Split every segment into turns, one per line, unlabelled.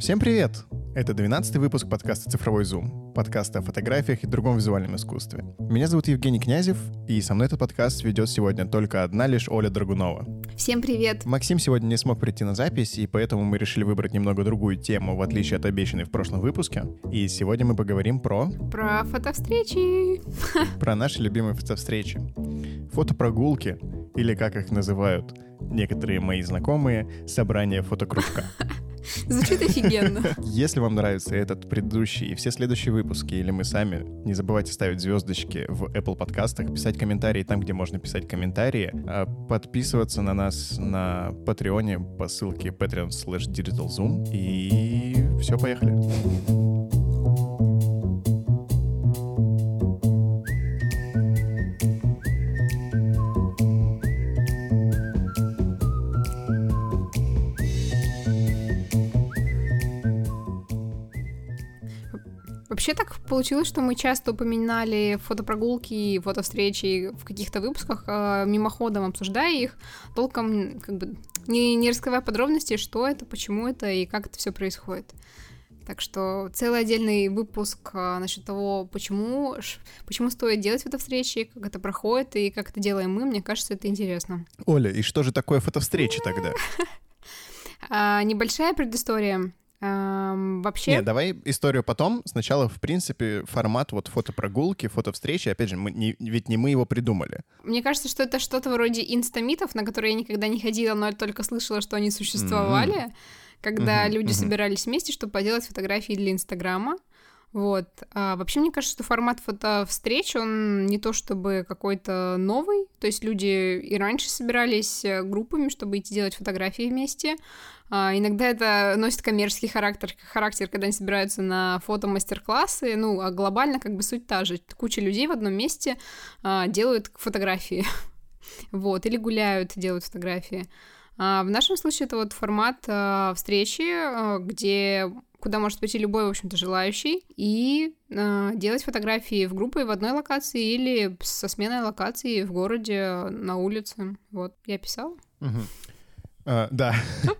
Всем привет! Это 12-й выпуск подкаста «Цифровой зум», подкаста о фотографиях и другом визуальном искусстве. Меня зовут Евгений Князев, и со мной этот подкаст ведет сегодня только одна лишь Оля Драгунова.
Всем привет!
Максим сегодня не смог прийти на запись, и поэтому мы решили выбрать немного другую тему, в отличие от обещанной в прошлом выпуске. И сегодня мы поговорим про
фотовстречи!
Про наши любимые фотовстречи. Фотопрогулки, или как их называют некоторые мои знакомые, собрание фотокружка.
Звучит офигенно.
Если вам нравится этот предыдущий и все следующие выпуски, или мы сами, не забывайте ставить звездочки в Apple подкастах, писать комментарии там, где можно писать комментарии, подписываться на нас на Патреоне по ссылке patreon.com/digitalzoom. И все, поехали.
Вообще так получилось, что мы часто упоминали фотопрогулки и фотовстречи в каких-то выпусках, мимоходом обсуждая их, толком не раскрывая подробностей, что это, почему это и как это все происходит. Так что целый отдельный выпуск насчет того, почему стоит делать фотовстречи, как это проходит и как это делаем мы, мне кажется, это интересно.
Оля, и что же такое фотовстречи тогда?
Небольшая предыстория. Вообще...
Нет, давай историю потом. Сначала, в принципе, формат вот фотопрогулки, фотовстречи. Опять же, ведь не мы его придумали.
Мне кажется, что это что-то вроде инстамитов, на которые я никогда не ходила, но только слышала, что они существовали, когда люди собирались вместе, чтобы поделать фотографии для Инстаграма. Вот. Вообще, мне кажется, что формат фотовстреч, он не то чтобы какой-то новый, то есть люди и раньше собирались группами, чтобы идти делать фотографии вместе. Иногда это носит коммерческий характер, когда они собираются на фотомастер-классы, а глобально суть та же. Куча людей в одном месте делают фотографии, вот, или гуляют, делают фотографии. В нашем случае это вот формат встречи, куда может прийти любой, в общем-то, желающий, и делать фотографии в группе в одной локации или со сменой локации в городе, на улице. Вот, я писала.
Да.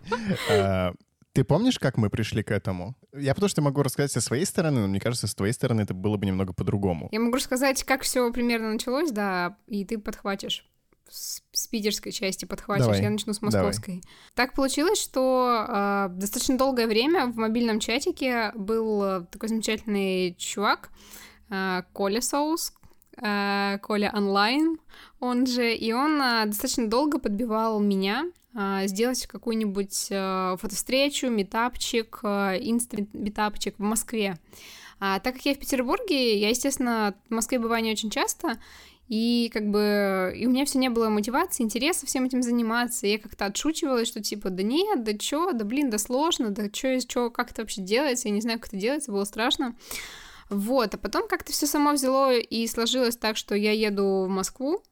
Ты помнишь, как мы пришли к этому? Я потому что могу рассказать со своей стороны, но мне кажется, с твоей стороны это было бы немного по-другому.
Я могу рассказать, как все примерно началось, да, и ты подхватишь. С питерской части подхватишь,
Давай.
Я начну с московской. Давай. Так получилось, что достаточно долгое время в мобильном чатике был такой замечательный чувак, Коля Соус, Коля Онлайн, он же, и он достаточно долго подбивал меня сделать какую-нибудь фотовстречу, митапчик, инста-митапчик в Москве. Так как я в Петербурге, я, естественно, в Москве бываю не очень часто, и и у меня все не было мотивации, интереса всем этим заниматься. И я как-то отшучивалась, что типа, да нет, да чё, да блин, да сложно, да чё, как это вообще делается, я не знаю, как это делается, было страшно. Вот, а потом как-то все само взяло и сложилось так, что я еду в Москву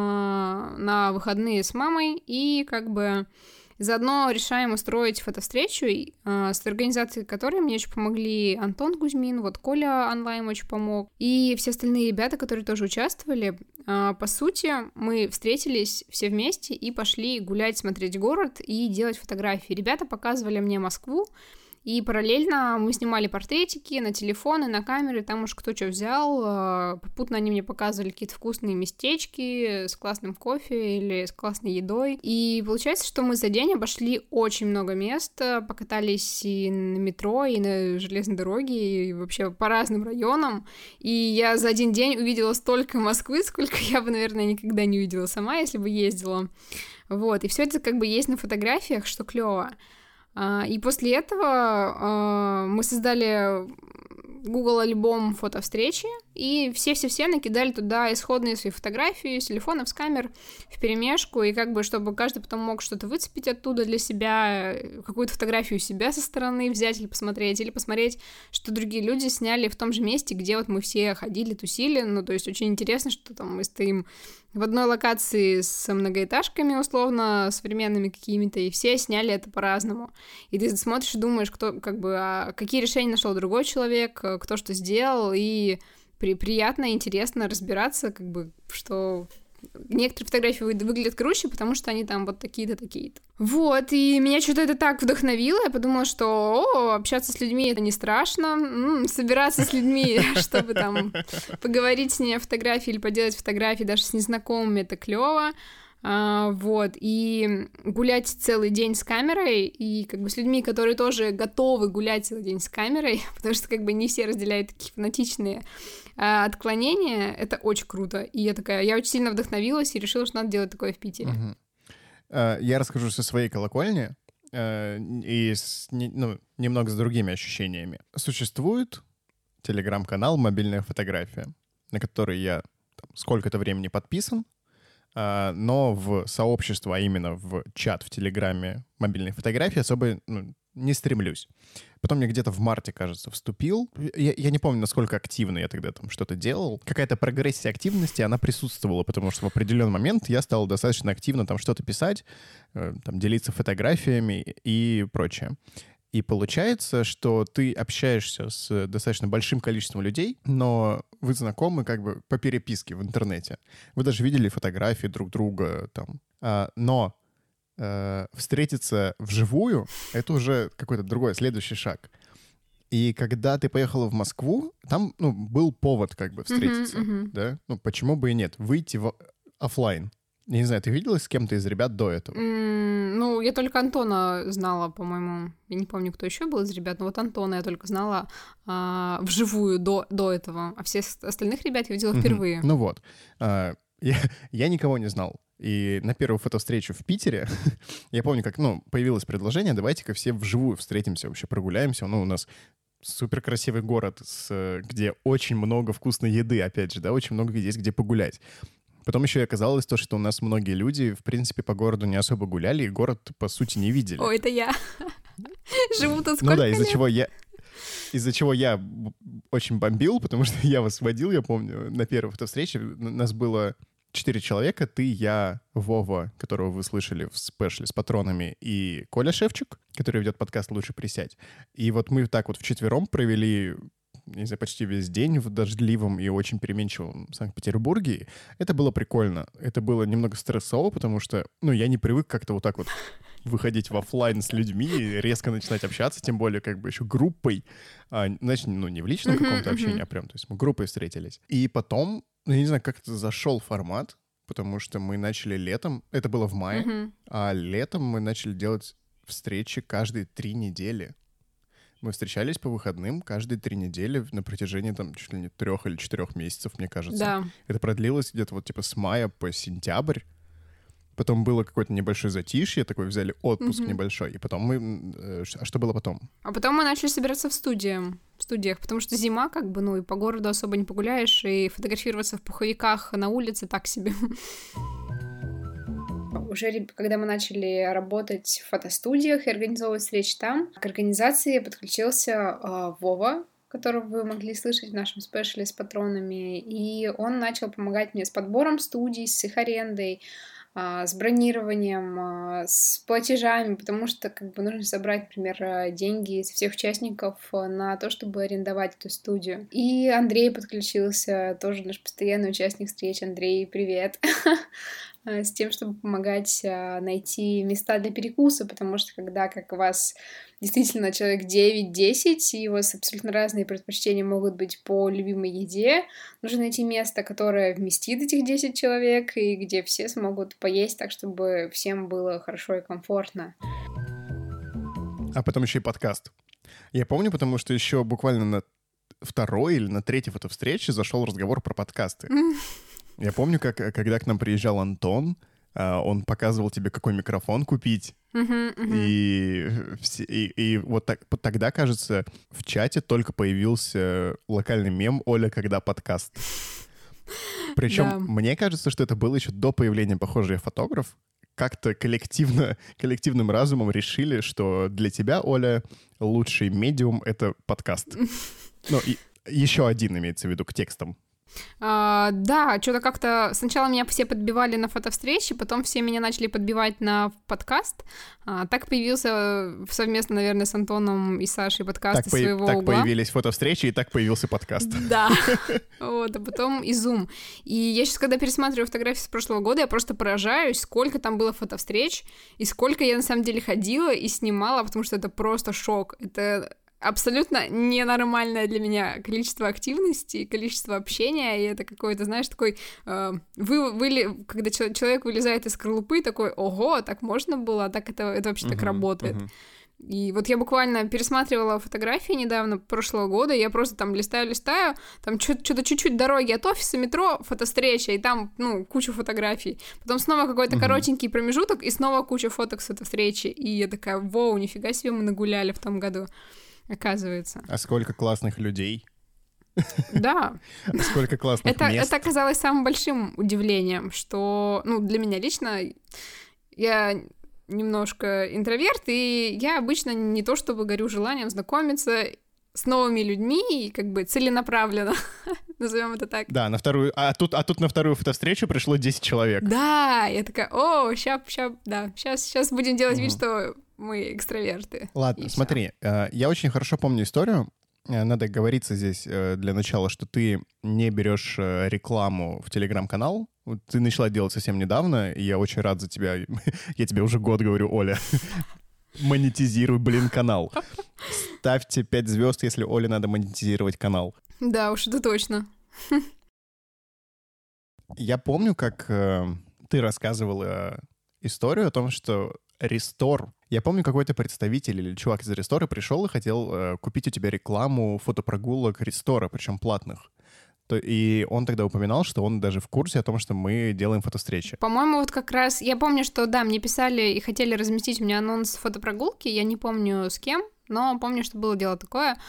на выходные с мамой, и заодно решаем устроить фотовстречу, с организацией которой мне очень помогли Антон Кузьмин, вот Коля Онлайн очень помог, и все остальные ребята, которые тоже участвовали. По сути, мы встретились все вместе и пошли гулять, смотреть город и делать фотографии. Ребята показывали мне Москву, и параллельно мы снимали портретики на телефоны, на камеры, там уж кто что взял. Попутно они мне показывали какие-то вкусные местечки с классным кофе или с классной едой. И получается, что мы за день обошли очень много мест, покатались и на метро, и на железной дороге, и вообще по разным районам. И я за один день увидела столько Москвы, сколько я бы, наверное, никогда не увидела сама, если бы ездила. Вот, и все это есть на фотографиях, что клево. И после этого мы создали Google альбом фотовстречи, и все накидали туда исходные свои фотографии с телефонов, с камер вперемешку, и чтобы каждый потом мог что-то выцепить оттуда для себя, какую-то фотографию себя со стороны взять или посмотреть, что другие люди сняли в том же месте, где вот мы все ходили, тусили. То есть очень интересно, что там мы стоим в одной локации с многоэтажками, условно, современными какими-то, и все сняли это по-разному. И ты смотришь и думаешь, какие решения нашел другой человек, кто что сделал, и приятно и интересно разбираться, что некоторые фотографии выглядят круче, потому что они там вот такие-то, такие-то. Вот, и меня что-то это так вдохновило, я подумала, что общаться с людьми — это не страшно, собираться с людьми, чтобы там поговорить с ними о фотографии или поделать фотографии даже с незнакомыми — это клево. Вот, и гулять целый день с камерой, и как бы с людьми, которые тоже готовы гулять целый день с камерой, потому что как бы не все разделяют такие фанатичные отклонения, это очень круто. И я очень сильно вдохновилась и решила, что надо делать такое в Питере.
Я расскажу со своей колокольни и немного с другими ощущениями. Существует телеграм-канал «Мобильная фотография», на который я сколько-то времени подписан, но в сообщество, а именно в чат в Телеграме мобильной фотографии особо не стремлюсь. Потом я где-то в марте, кажется, вступил. Я не помню, насколько активно я тогда там что-то делал. Какая-то прогрессия активности, она присутствовала, потому что в определенный момент я стал достаточно активно там что-то писать, там делиться фотографиями и прочее. И получается, что ты общаешься с достаточно большим количеством людей, но вы знакомы как бы по переписке в интернете. Вы даже видели фотографии друг друга там. Но встретиться вживую — это уже какой-то другой, следующий шаг. И когда ты поехала в Москву, там был повод как бы встретиться, да? Почему бы и нет? Выйти в офлайн. Я не знаю, ты виделась с кем-то из ребят до этого?
Я только Антона знала, по-моему. Я не помню, кто еще был из ребят, но вот Антона я только знала вживую до этого. А всех остальных ребят я видела впервые.
Ну вот. Я никого не знал. И на первую фотовстречу в Питере я помню, как появилось предложение: давайте-ка все вживую встретимся, вообще прогуляемся. У нас супер красивый город, где очень много вкусной еды, опять же, да, очень много есть где погулять. Потом еще и оказалось то, что у нас многие люди, в принципе, по городу не особо гуляли и город, по сути, не видели.
Ой, это я. Живу тут сколько лет?
Из-за чего я очень бомбил, потому что я вас водил, я помню, на первой фотовстрече. Нас было 4 человека: ты, я, Вова, которого вы слышали в спешле с патронами, и Коля Шевчик, который ведет подкаст «Лучше присядь». И вот мы так вот вчетвером провели, не знаю, почти весь день в дождливом и очень переменчивом Санкт-Петербурге. Это было прикольно. Это было немного стрессово, потому что, я не привык как-то вот так вот выходить в офлайн с людьми и резко начинать общаться, тем более как бы еще группой. Значит, не в личном каком-то общении, а прям, то есть мы группой встретились. И потом, я не знаю, как это зашел формат, потому что мы начали летом, это было в мае, а летом мы начали делать встречи каждые 3 недели. Мы встречались по выходным каждые 3 недели на протяжении там чуть ли не 3 или 4 месяцев, мне кажется.
Да.
Это продлилось где-то вот типа с мая по сентябрь. Потом было какое-то небольшое затишье, такой взяли отпуск небольшой. И потом мы... А что было потом?
А потом мы начали собираться в студиях, потому что зима как бы, и по городу особо не погуляешь, и фотографироваться в пуховиках на улице так себе. Уже когда мы начали работать в фотостудиях и организовывать встречи там, к организации подключился Вова, которого вы могли слышать в нашем спешле с патронами, и он начал помогать мне с подбором студий, с их арендой, с бронированием, с платежами, потому что как бы нужно собрать, например, деньги со всех участников на то, чтобы арендовать эту студию. И Андрей подключился, тоже наш постоянный участник встреч. Андрей, привет! С тем, чтобы помогать найти места для перекуса, потому что когда как у вас действительно человек 9-10, и у вас абсолютно разные предпочтения могут быть по любимой еде, нужно найти место, которое вместит этих 10 человек, и где все смогут поесть так, чтобы всем было хорошо и комфортно.
А потом еще и подкаст. Я помню, потому что еще буквально на 2-й или на 3-й фотовстрече зашел разговор про подкасты. Я помню, когда к нам приезжал Антон, он показывал тебе, какой микрофон купить. И вот тогда, кажется, в чате только появился локальный мем «Оля, когда подкаст?». Причем мне кажется, что это было еще до появления «Похоже, я фотограф». Как-то коллективным разумом решили, что для тебя, Оля, лучший медиум — это подкаст. И еще один имеется в виду к текстам.
Да, что-то как-то сначала меня все подбивали на фотовстречи, потом все меня начали подбивать на подкаст. Так появился совместно, наверное, с Антоном и Сашей подкаст из своего
так
угла.
появились фотовстречи, и так появился подкаст.
Да, вот, а потом и Zoom. И я сейчас, когда пересматриваю фотографии с прошлого года, я просто поражаюсь, сколько там было фотовстреч, и сколько я на самом деле ходила и снимала, потому что это просто шок. Это абсолютно ненормальное для меня количество активности, количество общения, и это какой-то, знаешь, такой, когда человек вылезает из скорлупы, такой, ого, так можно было, а так это вообще так работает. И вот я буквально пересматривала фотографии недавно, прошлого года, и я просто там листаю, там что-то чуть-чуть дороги от офиса, метро, фотовстреча, и там, куча фотографий. Потом снова какой-то коротенький промежуток, и снова куча фоток с фотовстречи. И я такая, вау, нифига себе мы нагуляли в том году, оказывается.
А сколько классных людей.
Да.
Сколько классных мест.
Это оказалось самым большим удивлением, что, для меня лично, я немножко интроверт, и я обычно не то чтобы горю желанием знакомиться с новыми людьми и как бы целенаправленно, назовем это так.
Да, а тут на вторую фотовстречу пришло 10 человек.
Да, я такая, сейчас будем делать вид, что мы экстраверты.
Ладно, смотри, я очень хорошо помню историю. Надо оговориться здесь для начала, что ты не берешь рекламу в Телеграм-канал. Ты начала делать совсем недавно, и я очень рад за тебя. Я тебе уже год говорю, Оля, монетизируй, канал. Ставьте 5 звезд, если Оле надо монетизировать канал.
Да уж, это точно.
Я помню, как ты рассказывала историю о том, что Рестор. Я помню, какой-то представитель или чувак из Рестора пришел и хотел купить у тебя рекламу фотопрогулок Рестора, причем платных. И он тогда упоминал, что он даже в курсе о том, что мы делаем фотовстречи.
По-моему, вот как раз... Я помню, что, да, мне писали и хотели разместить у меня анонс фотопрогулки, я не помню с кем, но помню, что было дело такое.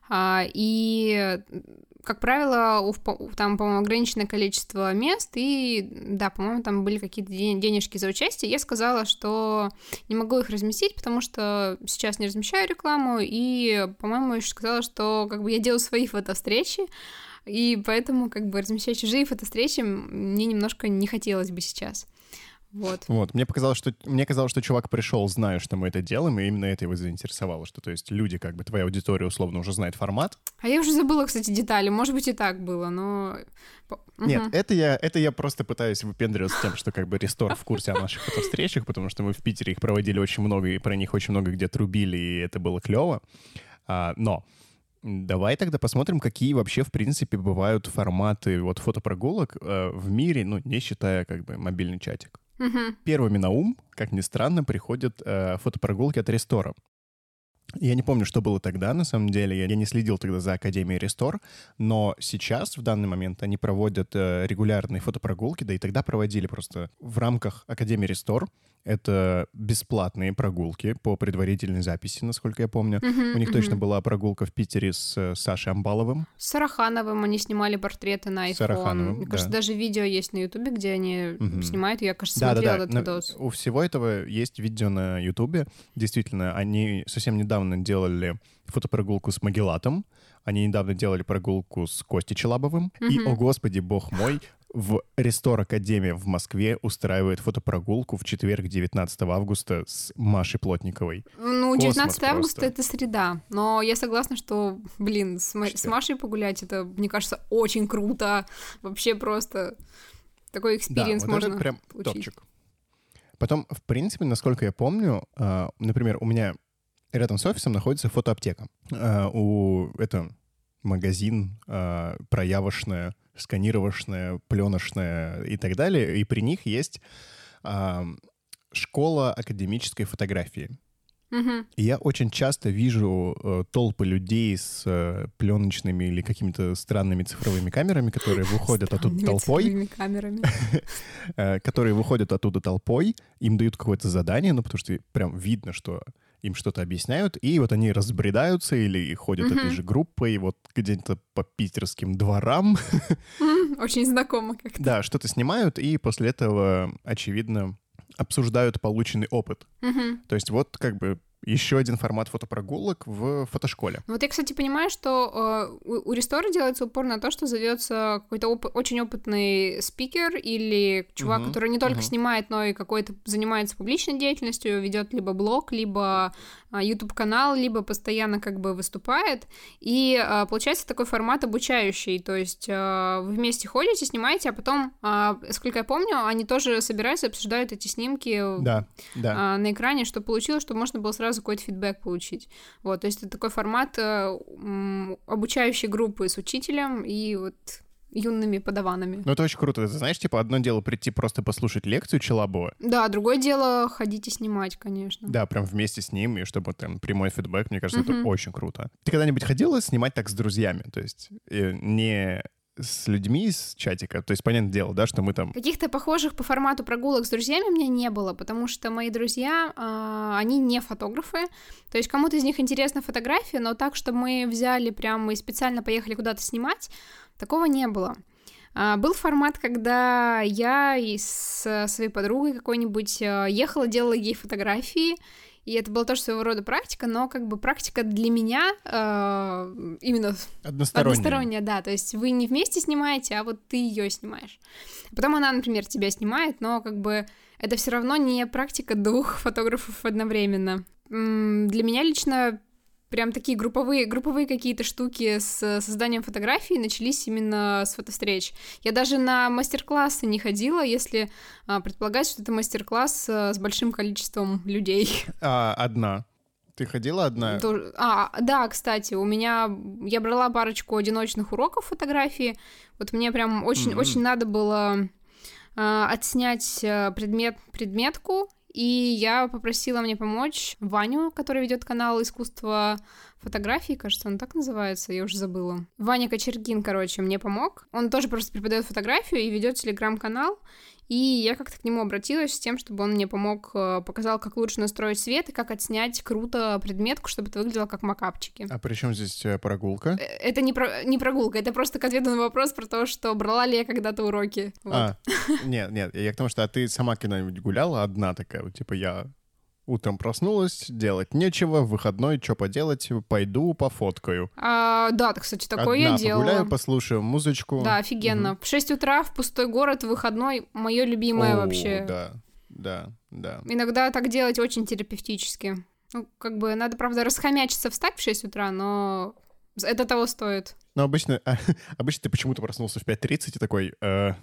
И, как правило, там, по-моему, ограниченное количество мест, и, да, по-моему, там были какие-то денежки за участие. Я сказала, что не могу их разместить, потому что сейчас не размещаю рекламу, и, по-моему, еще сказала, что как бы я делаю свои фотовстречи, и поэтому как бы размещать чужие фотовстречи мне немножко не хотелось бы сейчас. Вот.
Мне казалось, что чувак пришел, зная, что мы это делаем, и именно это его заинтересовало, что, то есть, люди, как бы, твоя аудитория условно уже знает формат.
А я уже забыла, кстати, детали, может быть, и так было, но...
Нет, это я просто пытаюсь выпендриваться тем, что, как бы, Рестор в курсе о наших фотовстречах, потому что мы в Питере их проводили очень много, и про них очень много где трубили, и это было клево. Но давай тогда посмотрим, какие вообще, в принципе, бывают форматы вот фотопрогулок в мире, не считая, как бы, мобильный чатик. Первыми на ум, как ни странно, приходят фотопрогулки от Рестора. Я не помню, что было тогда, на самом деле. Я не следил тогда за Академией Рестор, но сейчас, в данный момент, они проводят регулярные фотопрогулки, да и тогда проводили просто в рамках Академии Рестор. Это бесплатные прогулки по предварительной записи, насколько я помню. У них точно была прогулка в Питере с Сашей Амбаловым.
С Сарахановым они снимали портреты на iPhone. Мне кажется, даже видео есть на Ютубе, где они снимают. Я, кажется, смотрела этот видос.
У всего этого есть видео на Ютубе. Действительно, они совсем недавно делали фотопрогулку с Магеллатом. Они недавно делали прогулку с Костей Челабовым. И, о господи, бог мой, в Рестор Академия в Москве устраивает фотопрогулку в четверг, 19 августа, с Машей Плотниковой.
19 августа — это среда. Но я согласна, что, с Машей погулять, это, мне кажется, очень круто. Вообще просто такой экспириенс можно
это прям
получить.
Топчик. Потом, в принципе, насколько я помню, например, у меня рядом с офисом находится фотоаптека. Это магазин проявочная, сканировочная, пленочная и так далее. И при них есть школа академической фотографии. И я очень часто вижу толпы людей с пленочными или какими-то странными цифровыми камерами, которые выходят оттуда толпой. Которые выходят оттуда толпой, им дают какое-то задание, потому что прям видно, что им что-то объясняют, и вот они разбредаются или ходят этой же группой вот где-то по питерским дворам.
Очень знакомо как-то.
Да, что-то снимают, и после этого, очевидно, обсуждают полученный опыт. То есть вот как бы еще один формат фотопрогулок в фотошколе.
Вот я, кстати, понимаю, что у Рестора делается упор на то, что зовется какой-то очень опытный спикер или чувак, который не только снимает, но и какой-то занимается публичной деятельностью, ведет либо блог, либо YouTube-канал, либо постоянно как бы выступает. И получается такой формат обучающий, то есть вы вместе ходите, снимаете, а потом, сколько я помню, они тоже собираются, обсуждают эти снимки на экране, что получилось, чтобы можно было сразу какой-то фидбэк получить. Вот, то есть это такой формат обучающей группы с учителем и вот юными подаванами.
Ну, это очень круто. Ты знаешь, типа, одно дело прийти просто послушать лекцию Челабова.
Да, другое дело ходить и снимать, конечно.
Да, прям вместе с ним, и чтобы там прямой фидбэк, мне кажется, это очень круто. Ты когда-нибудь ходила снимать так с друзьями? То есть не с людьми из чатика? То есть, понятное дело, да, что мы там...
Каких-то похожих по формату прогулок с друзьями у меня не было, потому что мои друзья, они не фотографы. То есть кому-то из них интересна фотография, но так, что мы взяли прям и специально поехали куда-то снимать, такого не было. Был формат, когда я и со своей подругой какой-нибудь ехала, делала ей фотографии, и это была тоже своего рода практика, но как бы практика для меня именно односторонняя, да, то есть вы не вместе снимаете, а вот ты ее снимаешь. Потом она, например, тебя снимает, но как бы это все равно не практика двух фотографов одновременно. Для меня лично прям такие групповые какие-то штуки с созданием фотографий начались именно с фотовстреч. Я даже на мастер-классы не ходила, если предполагать, что это мастер-класс с большим количеством людей.
Одна? Ты ходила одна?
Да, кстати, я брала парочку одиночных уроков фотографии. Вот мне прям очень надо было отснять предметку, и я попросила мне помочь Ваню, который ведет канал «Искусство фотографии», кажется, он так называется, я уже забыла. Ваня Кочергин, короче, мне помог. Он тоже просто преподает фотографию и ведет телеграм-канал, и я как-то к нему обратилась с тем, чтобы он мне помог, показал, как лучше настроить свет и как отснять круто предметку, чтобы это выглядело как макапчики.
А при чем здесь прогулка?
Это не прогулка, это просто к ответу на вопрос про то, что брала ли я когда-то уроки. Вот.
Нет, я к тому, что ты сама когда-нибудь гуляла одна такая, вот, типа я утром проснулась, делать нечего, выходной, что поделать, пойду пофоткаю.
Да, кстати, такое я делала.
Погуляю, послушаю музычку.
Да, офигенно. В 6 утра в пустой город, выходной, мое любимое вообще.
Да.
Иногда так делать очень терапевтически. Ну, как бы, надо, правда, расхомячиться, встать в 6 утра, но это того стоит.
Но обычно ты почему-то проснулся в 5:30 и такой,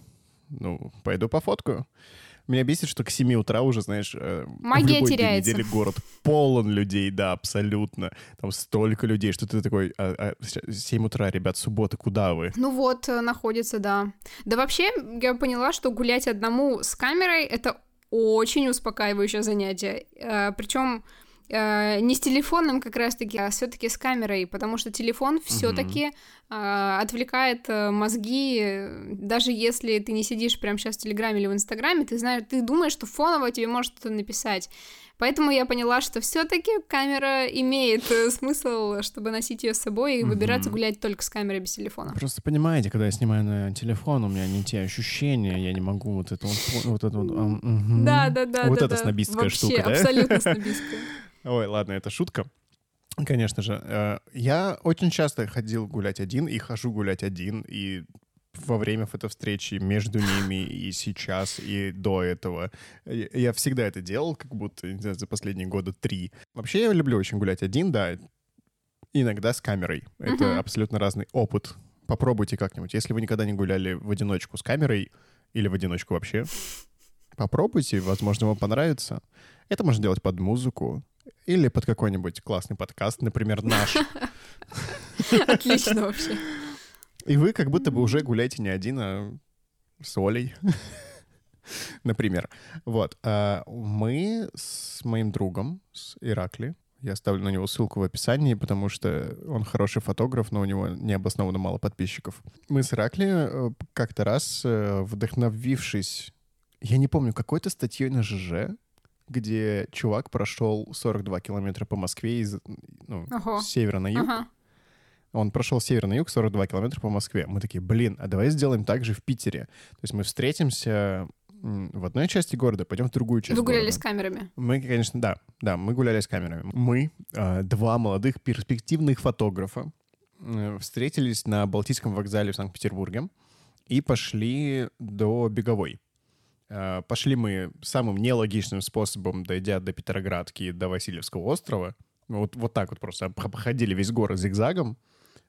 пойду пофоткаю. Меня бесит, что к 7 утра уже, знаешь,
магия
в любой
теряется.
день недели город полон людей, да, абсолютно. Там столько людей, что ты такой, 7 утра, ребят, суббота, куда вы?
Ну вот, находится, да. Да вообще, я поняла, что гулять одному с камерой — это очень успокаивающее занятие. Причем не с телефоном как раз-таки, а все-таки с камерой, потому что телефон все-таки отвлекает мозги, даже если ты не сидишь прямо сейчас в Телеграме или в Инстаграме, ты думаешь, что фоново тебе может кто-то написать. Поэтому я поняла, что все-таки камера имеет смысл, чтобы носить ее с собой и выбираться гулять только с камерой без телефона.
Просто понимаете, когда я снимаю на телефон, у меня не те ощущения, я не могу вот это вот.
Да.
Вот это снобистская штука, да?
Абсолютно снобистская.
Ой, ладно, это шутка. Конечно же. Я очень часто ходил гулять один и хожу гулять один, и во время фотовстречи между ними и сейчас, и до этого. Я всегда это делал, как будто, не знаю, за последние года 3. Вообще я люблю очень гулять один, да, иногда с камерой. Это абсолютно разный опыт. Попробуйте как-нибудь. Если вы никогда не гуляли в одиночку с камерой или в одиночку вообще, попробуйте, возможно, вам понравится. Это можно делать под музыку или под какой-нибудь классный подкаст, например, наш.
Отлично вообще.
И вы как будто бы уже гуляете не один, а с Олей, например. Вот. Мы с моим другом, с Иракли, я оставлю на него ссылку в описании, потому что он хороший фотограф, но у него необоснованно мало подписчиков. Мы с Иракли как-то раз, вдохновившись, я не помню, какой-то статьей на ЖЖ, где чувак прошел 42 километра по Москве с севера на юг. Он прошел с севера на юг 42 километра по Москве. Мы такие, а давай сделаем так же в Питере. То есть мы встретимся в одной части города, пойдем в другую часть города.
Вы гуляли с камерами?
Мы, конечно, да, мы гуляли с камерами. Мы, два молодых перспективных фотографа, встретились на Балтийском вокзале в Санкт-Петербурге и пошли до Беговой. Пошли мы самым нелогичным способом, дойдя до Петроградки, до Васильевского острова. Вот так вот просто походили весь город зигзагом.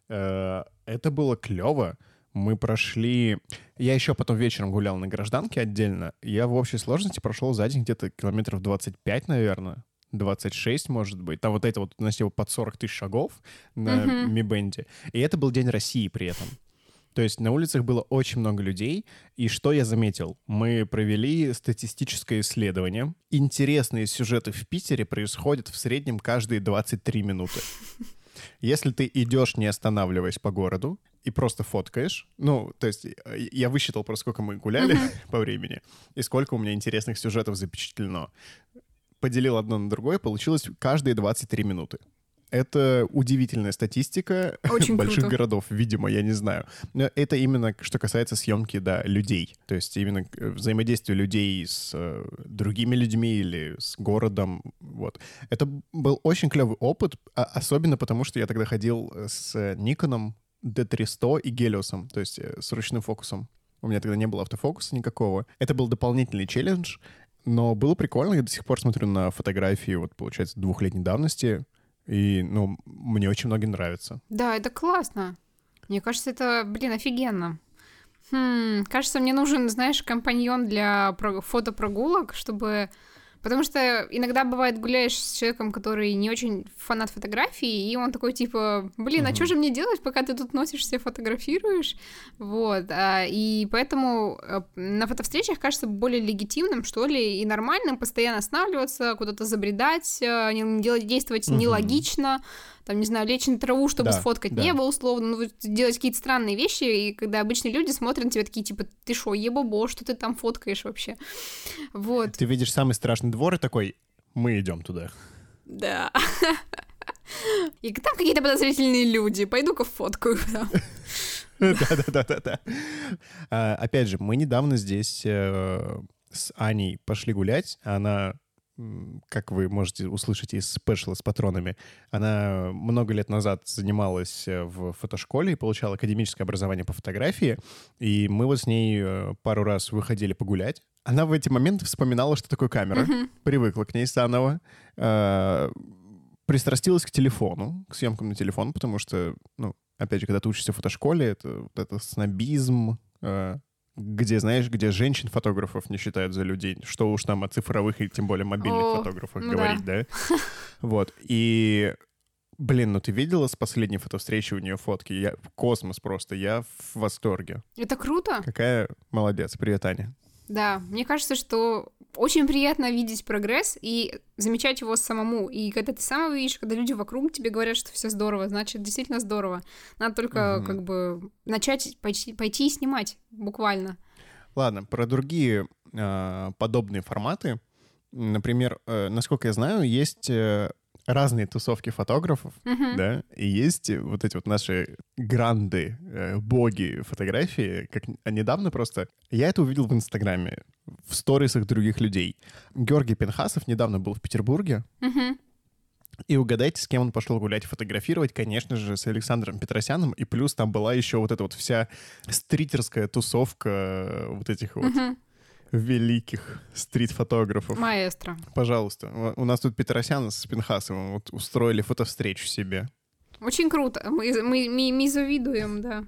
Это было клево. Мы прошли... Я еще потом вечером гулял на Гражданке отдельно. Я в общей сложности прошел за день где-то километров 25, наверное. 26, может быть. Там вот это вот носил под 40 тысяч шагов на Mi-Band. И это был День России при этом. То есть на улицах было очень много людей. И что я заметил? Мы провели статистическое исследование. Интересные сюжеты в Питере происходят в среднем каждые 23 минуты. Если ты идешь, не останавливаясь по городу, и просто фоткаешь, ну, то есть я высчитал просто, сколько мы гуляли по времени, и сколько у меня интересных сюжетов запечатлено. Поделил одно на другое, получилось каждые 23 минуты. Это удивительная статистика
Очень
больших
круто.
городов, видимо, я не знаю. Но это именно что касается съемки, да, людей. То есть именно взаимодействие людей с другими людьми или с городом. Вот. Это был очень клевый опыт, особенно потому, что я тогда ходил с Nikon D300 и Helios, то есть с ручным фокусом. У меня тогда не было автофокуса никакого. Это был дополнительный челлендж, но было прикольно. Я до сих пор смотрю на фотографии, вот, получается, 2-летней давности. И, ну, мне очень многим нравится.
Да, это классно. Мне кажется, это, офигенно. Кажется, мне нужен, знаешь, компаньон для фотопрогулок, чтобы... Потому что иногда бывает, гуляешь с человеком, который не очень фанат фотографий, и он такой, типа, а что же мне делать, пока ты тут носишься, фотографируешь? Вот. И поэтому на фотовстречах кажется более легитимным, что ли, и нормальным постоянно останавливаться, куда-то забредать, действовать нелогично, там, не знаю, лечь на траву, чтобы сфоткать небо, условно, делать какие-то странные вещи, и когда обычные люди смотрят на тебя такие, типа, ты шо, ебобо, что ты там фоткаешь вообще? Вот.
Ты видишь самый страшный двор и такой, мы идем туда.
Да. И там какие-то подозрительные люди, пойду-ка фоткаю.
Да. Опять же, мы недавно здесь с Аней пошли гулять, она... Как вы можете услышать из спешла с патронами, она много лет назад занималась в фотошколе и получала академическое образование по фотографии, и мы вот с ней пару раз выходили погулять. Она в эти моменты вспоминала, что такое камера, привыкла к ней заново, пристрастилась к телефону, к съемкам на телефон, потому что, ну, опять же, когда ты учишься в фотошколе, это снобизм, где, знаешь, где женщин-фотографов не считают за людей. Что уж там о цифровых и тем более мобильных фотографах говорить, да? Вот. И, ну ты видела с последней фотовстречи у нее фотки? Космос просто. Я в восторге.
Это круто.
Какая молодец. Привет, Аня.
Да, мне кажется, что очень приятно видеть прогресс и замечать его самому. И когда ты сам видишь, когда люди вокруг тебе говорят, что все здорово, значит, действительно здорово. Надо только как бы начать пойти и снимать, буквально.
Ладно, про другие подобные форматы. Например, насколько я знаю, есть разные тусовки фотографов, да, и есть вот эти вот наши гранды, боги фотографии. Как недавно просто... Я это увидел в Инстаграме, в сторисах других людей. Георгий Пинхасов недавно был в Петербурге, и угадайте, с кем он пошел гулять фотографировать? Конечно же, с Александром Петросяном, и плюс там была еще вот эта вот вся стритерская тусовка вот этих вот великих стрит-фотографов.
Маэстро.
Пожалуйста. У нас тут Петросян с Пинхасовым вот устроили фотовстречу себе.
Очень круто. Мы завидуем, да.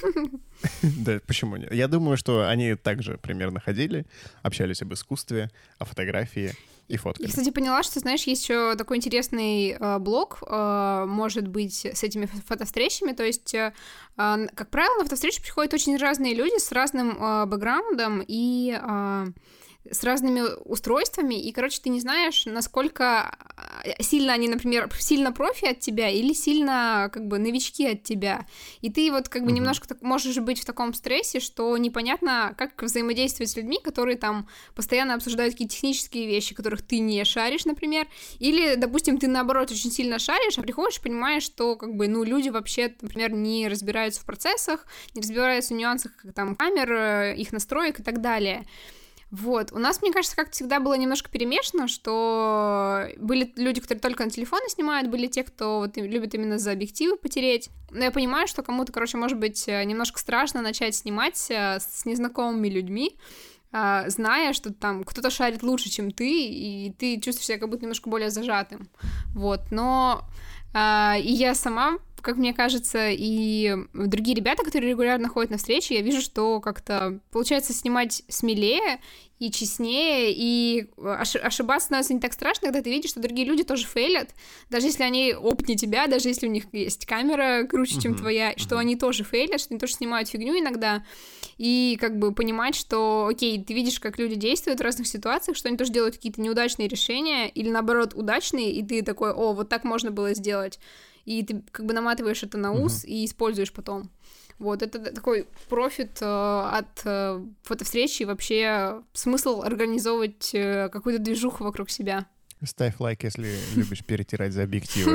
Да, почему нет? Я думаю, что они также примерно ходили, общались об искусстве, о фотографии и фоткали.
Я, кстати, поняла, что, знаешь, есть еще такой интересный блог, может быть, с этими фотовстречами. То есть, как правило, на фотовстречи приходят очень разные люди с разным бэкграундом и с разными устройствами, и, короче, ты не знаешь, насколько сильно они, например, сильно профи от тебя или сильно, как бы, новички от тебя. И ты вот, как бы, немножко так можешь быть в таком стрессе, что непонятно, как взаимодействовать с людьми, которые там постоянно обсуждают какие-то технические вещи, которых ты не шаришь, например, или, допустим, ты, наоборот, очень сильно шаришь, а приходишь и понимаешь, что, как бы, ну, люди вообще, например, не разбираются в процессах, не разбираются в нюансах, как там, камер, их настроек и так далее. Вот. У нас, мне кажется, как всегда было немножко перемешано, что были люди, которые только на телефоны снимают, были те, кто вот любит именно за объективы потереть. Но я понимаю, что кому-то, короче, может быть немножко страшно начать снимать с незнакомыми людьми, зная, что там кто-то шарит лучше, чем ты, и ты чувствуешь себя как будто немножко более зажатым. Вот. Но и я сама, как мне кажется, и другие ребята, которые регулярно ходят на встречи, я вижу, что как-то получается снимать смелее и честнее, и ошибаться становится не так страшно, когда ты видишь, что другие люди тоже фейлят, даже если они опытнее тебя, даже если у них есть камера круче, чем твоя, что они тоже фейлят, что они тоже снимают фигню иногда, и как бы понимать, что, окей, ты видишь, как люди действуют в разных ситуациях, что они тоже делают какие-то неудачные решения, или наоборот удачные, и ты такой, о, вот так можно было сделать, и ты как бы наматываешь это на ус и используешь потом. Вот, это такой профит от фотовстречи и вообще смысл организовывать какую-то движуху вокруг себя.
Ставь лайк, если любишь перетирать за объективы.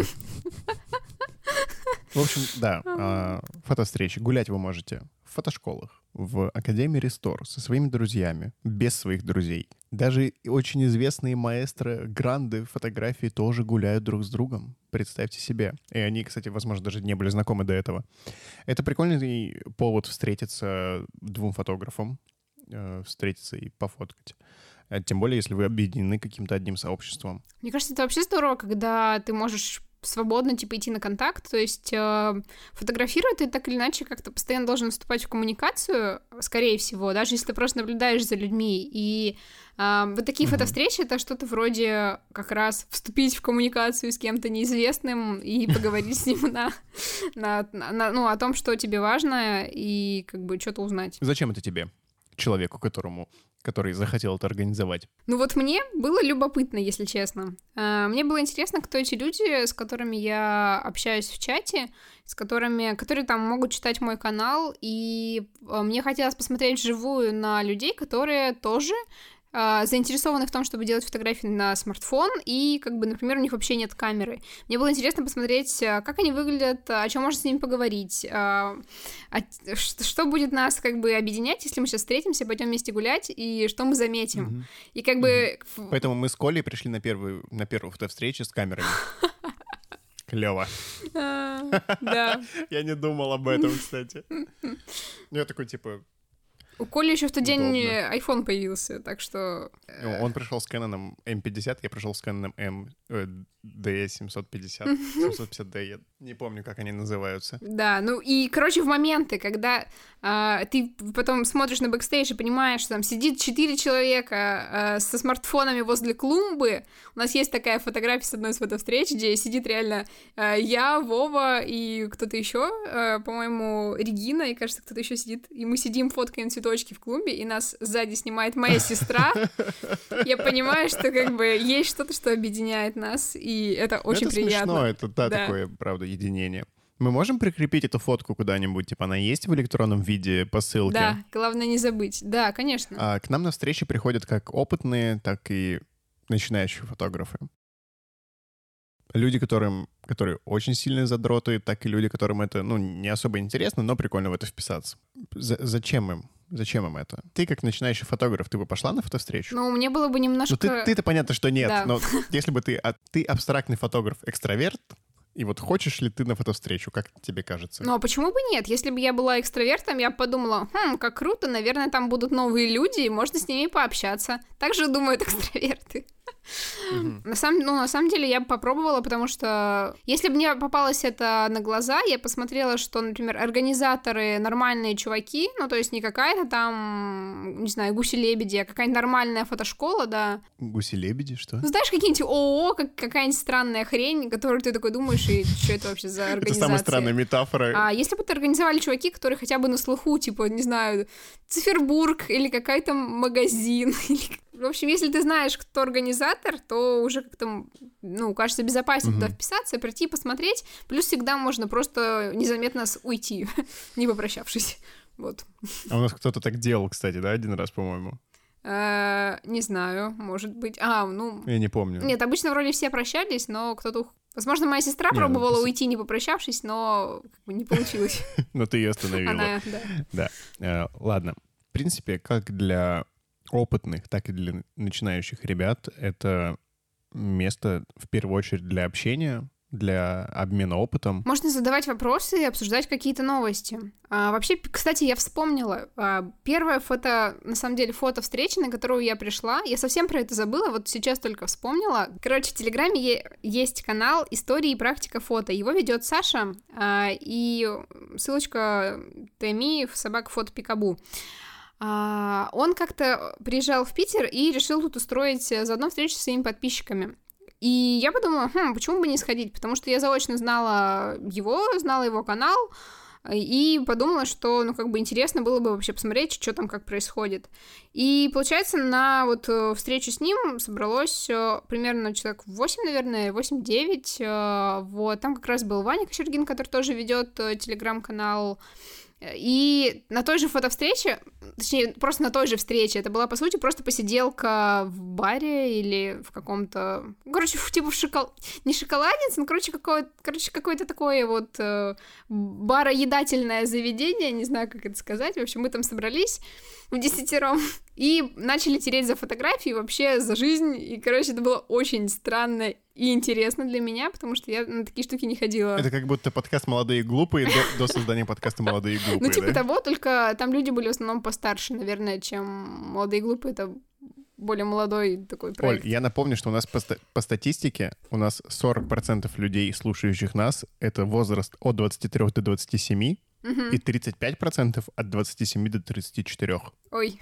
В общем, да, фотовстречи. Гулять вы можете в фотошколах, в Академии Рестор со своими друзьями, без своих друзей. Даже очень известные маэстро гранды фотографии тоже гуляют друг с другом. Представьте себе. И они, кстати, возможно, даже не были знакомы до этого. Это прикольный повод встретиться двум фотографам, встретиться и пофоткать. Тем более, если вы объединены каким-то одним сообществом.
Мне кажется, это вообще здорово, когда ты можешь свободно, типа, идти на контакт, то есть фотографируя ты так или иначе как-то постоянно должен вступать в коммуникацию, скорее всего, даже если ты просто наблюдаешь за людьми, и вот такие фотовстречи — это что-то вроде как раз вступить в коммуникацию с кем-то неизвестным и поговорить с ним ну, о том, что тебе важно, и как бы что-то узнать.
Зачем это тебе, человеку, который захотел это организовать?
Ну вот мне было любопытно, если честно. Мне было интересно, кто эти люди, с которыми я общаюсь в чате, которые там могут читать мой канал, и мне хотелось посмотреть вживую на людей, которые тоже заинтересованы в том, чтобы делать фотографии на смартфон, и, как бы, например, у них вообще нет камеры. Мне было интересно посмотреть, как они выглядят, о чем можно с ними поговорить, что будет нас, как бы, объединять, если мы сейчас встретимся, пойдем вместе гулять, и что мы заметим. И, как бы...
Поэтому мы с Колей пришли на первую фотовстречу с камерами. Клево.
Да.
Я не думал об этом, кстати. Я такой, типа...
У Коли еще в тот день iPhone появился, так что...
Он пришел с Canon M50, я пришел с Canon D750, 750D, я не помню, как они называются.
Да, ну и, короче, в моменты, когда ты потом смотришь на бэкстейдж и понимаешь, что там сидит 4 человека со смартфонами возле клумбы, у нас есть такая фотография с одной из фотовстреч, где сидит реально я, Вова и кто-то еще, по-моему, Регина, и, кажется, кто-то еще сидит, и мы сидим, фоткаем цветочки в клумбе, и нас сзади снимает моя сестра. Я понимаю, что как бы есть что-то, что объединяет нас, и это очень приятно.
Смешно, это такое, правда, единение. Мы можем прикрепить эту фотку куда-нибудь? Типа она есть в электронном виде по ссылке?
Да, главное не забыть. Да, конечно.
К нам на встречи приходят как опытные, так и начинающие фотографы. Люди, которые очень сильные задроты, так и люди, которым это, не особо интересно, но прикольно в это вписаться. Зачем им? Зачем им это? Ты, как начинающий фотограф, ты бы пошла на фотовстречу?
Ну, мне было бы немножко...
Ты-то понятно, что нет,
да.
Но если бы ты абстрактный фотограф-экстраверт, и вот хочешь ли ты на фотовстречу, как тебе кажется?
Ну, а почему бы нет? Если бы я была экстравертом, я бы подумала, как круто, наверное, там будут новые люди, и можно с ними пообщаться. Так же думают экстраверты. На самом деле я бы попробовала, потому что если бы мне попалось это на глаза, я посмотрела, что, например, организаторы нормальные чуваки, ну, то есть не какая-то там, не знаю, гуси-лебеди, а какая-нибудь нормальная фотошкола, да.
Гуси-лебеди, что?
Ну, знаешь, какие-нибудь ООО, какая-нибудь странная хрень, которую ты такой думаешь, и что это вообще за организация?
Это самая странная метафора.
А если бы это организовали чуваки, которые хотя бы на слуху, типа, не знаю, Цифербург или какой-то магазин, в общем, если ты знаешь, кто организатор, то уже как-то, кажется, безопаснее туда вписаться, прийти, посмотреть. Плюс всегда можно просто незаметно уйти, не попрощавшись. Вот.
А у нас кто-то так делал, кстати, да, один раз, по-моему?
Не знаю, может быть. Я
не помню.
Нет, обычно вроде все прощались, но кто-то... Возможно, моя сестра пробовала уйти, не попрощавшись, но не получилось.
Но ты ее остановила.
Она, да.
Да. Ладно. В принципе, как для опытных, так и для начинающих ребят это место в первую очередь для общения, для обмена опытом.
Можно задавать вопросы и обсуждать какие-то новости. Вообще, кстати, я вспомнила. Первое на самом деле, фото встречи, на которую я пришла. Я совсем про это забыла, вот сейчас только вспомнила. Короче, в Телеграме есть канал «История и практика фото». Его ведет Саша, и ссылочка ТМИ собака фото Пикабу. Он как-то приезжал в Питер и решил тут устроить заодно встречу со своими подписчиками. И я подумала, почему бы не сходить, потому что я заочно знала его канал, и подумала, что, интересно было бы вообще посмотреть, что там, как происходит. И, получается, на встречу с ним собралось примерно человек 8, наверное, 8-9, вот, там как раз был Ваня Кочергин, который тоже ведет телеграм-канал. И на той же фотовстрече, точнее, просто на той же встрече, это была, по сути, просто посиделка в баре или в каком-то... не шоколадница, но, какое-то такое бароедательное заведение, не знаю, как это сказать. В общем, мы там собрались вдесятером и начали тереть за фотографии, вообще за жизнь. И, это было очень странно и интересно для меня, потому что я на такие штуки не ходила.
Это как будто подкаст «Молодые и глупые» до создания подкаста «Молодые и глупые»,
того, только там люди были в основном постарше, наверное, чем «Молодые и глупые». Это более молодой такой проект.
Оль, я напомню, что у нас по статистике у нас 40% людей, слушающих нас, это возраст от 23 до 27, и 35% от 27 до 34.
Ой,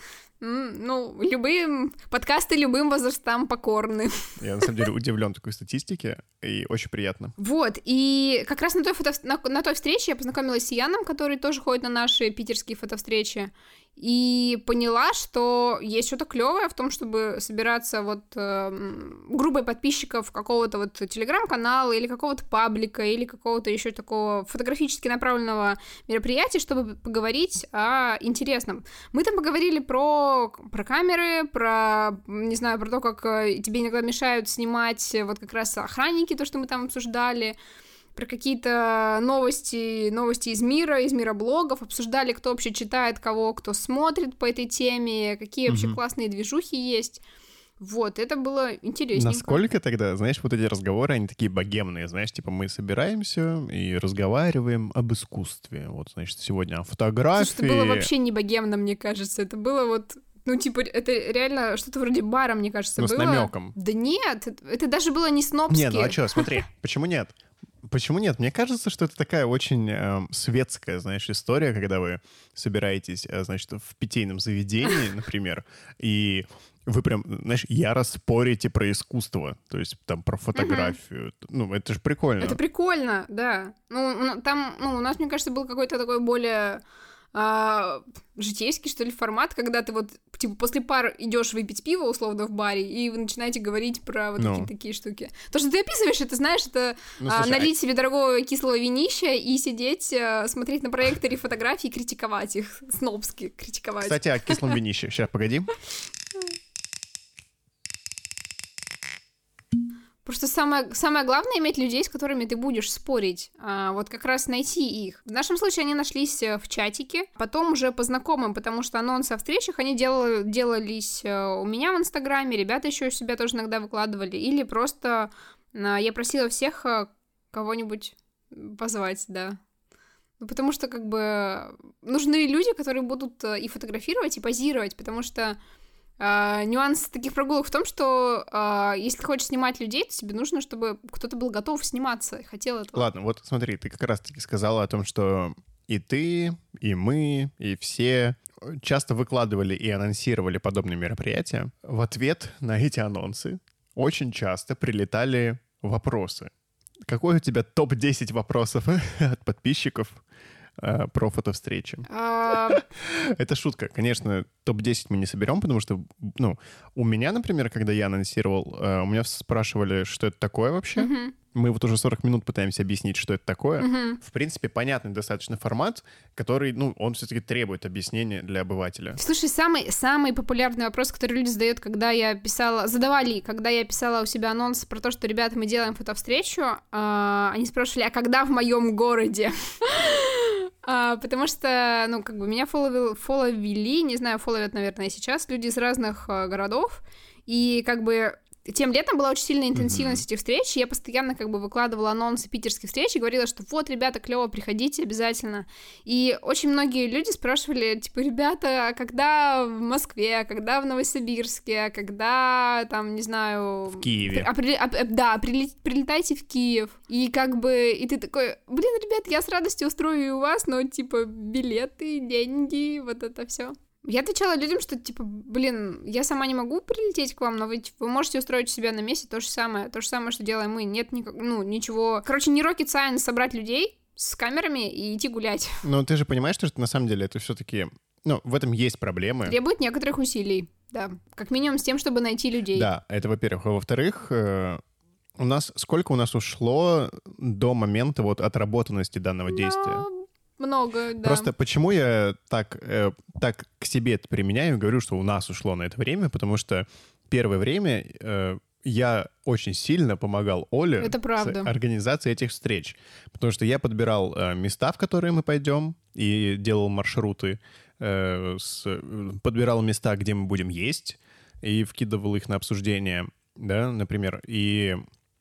подкасты любым возрастам покорны.
Я, на самом деле, удивлен такой статистике, и очень приятно.
Вот, и как раз на той встрече я познакомилась с Яном, который тоже ходит на наши питерские фотовстречи, и поняла, что есть что-то клевое в том, чтобы собираться группой подписчиков какого-то телеграм-канала или какого-то паблика или какого-то еще такого фотографически направленного мероприятия, чтобы поговорить о интересном. Мы там поговорили про камеры, не знаю, про то, как тебе иногда мешают снимать как раз охранники, то, что мы там обсуждали, про какие-то новости из мира блогов, обсуждали, кто вообще читает кого, кто смотрит по этой теме, какие вообще классные движухи есть. Вот, это было интересненько.
Насколько тогда, знаешь, эти разговоры, они такие богемные, знаешь, мы собираемся и разговариваем об искусстве. Вот, значит, сегодня о фотографии.
Слушай, это было вообще не богемно, мне кажется, это было это реально что-то вроде бара, мне кажется, было.
С намеком.
Да нет, это даже было не снобски.
Не, а что, смотри, почему нет? Почему нет? Мне кажется, что это такая очень светская, знаешь, история, когда вы собираетесь, значит, в питейном заведении, например, и вы прям, знаешь, яро спорите про искусство, то есть там про фотографию. Это же прикольно.
Это прикольно, да. Там, у нас, мне кажется, был какой-то такой более житейский, что ли, формат, когда ты после пар идешь выпить пиво, условно, в баре, и вы начинаете говорить про какие-то такие штуки. То, что ты описываешь, это, знаешь, это налить себе дорогого кислого винища и сидеть, смотреть на проекторе фотографии и критиковать их, снобски критиковать.
Кстати, о кислом винище. Сейчас, погоди.
Просто самое главное — иметь людей, с которыми ты будешь спорить, как раз найти их. В нашем случае они нашлись в чатике, потом уже по знакомым, потому что анонсы о встречах они делались у меня в Инстаграме, ребята еще себя тоже иногда выкладывали, или просто я просила всех кого-нибудь позвать, да. Потому что нужны люди, которые будут и фотографировать, и позировать, потому что нюанс таких прогулок в том, что если ты хочешь снимать людей, то тебе нужно, чтобы кто-то был готов сниматься и хотел этого.
Ладно, вот смотри, ты как раз-таки сказала о том, что и ты, и мы, и все часто выкладывали и анонсировали подобные мероприятия. В ответ на эти анонсы очень часто прилетали вопросы. Какой у тебя топ-10 вопросов от подписчиков про фотовстречи? Это шутка. Конечно, топ-10 мы не соберем, потому что, у меня, например, когда я анонсировал, у меня спрашивали, что это такое вообще. Мы уже 40 минут пытаемся объяснить, что это такое. В принципе, понятный достаточно формат, который, он все-таки требует объяснения для обывателя.
Слушай, самый популярный вопрос, который люди задают, когда я писала у себя анонс про то, что, ребята, мы делаем фотовстречу, они спрашивали, а когда в моем городе? Потому что, ну, как бы меня фолловили, не знаю, фолловят, наверное, сейчас люди из разных городов, и как бы тем летом была очень сильная интенсивность этих встреч, и я постоянно как бы выкладывала анонсы питерских встреч и говорила, что вот, ребята, клево, приходите обязательно. И очень многие люди спрашивали, типа, ребята, а когда в Москве, а когда в Новосибирске, а когда, там, не знаю...
В Киеве.
Да, прилетайте в Киев. И как бы, и ты такой, блин, ребят, я с радостью устрою и у вас, но, типа, билеты, деньги, вот это все. Я отвечала людям, что, типа, блин, я сама не могу прилететь к вам, но вы можете устроить у себя на месте то же самое, что делаем мы. Нет ничего... Короче, не rocket science собрать людей с камерами и идти гулять.
Но ты же понимаешь, что на самом деле это все-таки... Ну, в этом есть проблемы.
Требует некоторых усилий, да. Как минимум с тем, чтобы найти людей.
Да, это во-первых. А во-вторых, сколько у нас ушло до момента вот отработанности данного действия?
Много, да.
Просто почему я так к себе это применяю и говорю, что у нас ушло на это время, потому что первое время я очень сильно помогал Оле с организацией этих встреч, потому что я подбирал места, в которые мы пойдем, и делал маршруты, подбирал места, где мы будем есть, и вкидывал их на обсуждение, да, например, и...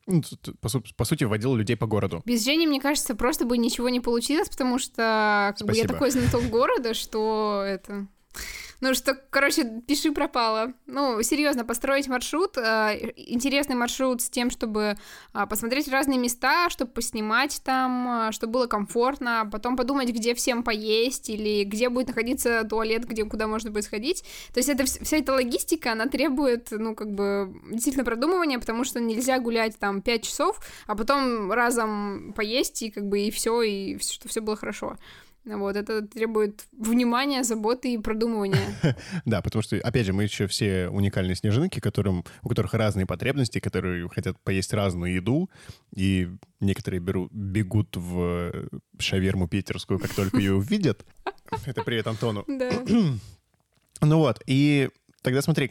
по сути, вводил людей по городу.
Без Жени, мне кажется, просто бы ничего не получилось, потому что как бы, я такой знаток города, что это... Ну, что, короче, пиши пропало. Ну, серьезно, построить маршрут, интересный маршрут с тем, чтобы посмотреть разные места, чтобы поснимать там, чтобы было комфортно, потом подумать, где всем поесть, или где будет находиться туалет, куда можно будет сходить. То есть вся эта логистика, она требует, ну, как бы, действительно продумывания, потому что нельзя гулять там 5 часов, а потом разом поесть, и как бы и все, и чтобы все было хорошо. Вот, это требует внимания, заботы и продумывания.
Да, потому что, опять же, мы еще все уникальные снежинки, у которых разные потребности, которые хотят поесть разную еду, и некоторые бегут в шаверму питерскую, как только ее увидят. Это привет Антону.
Да.
Ну вот, и тогда смотри,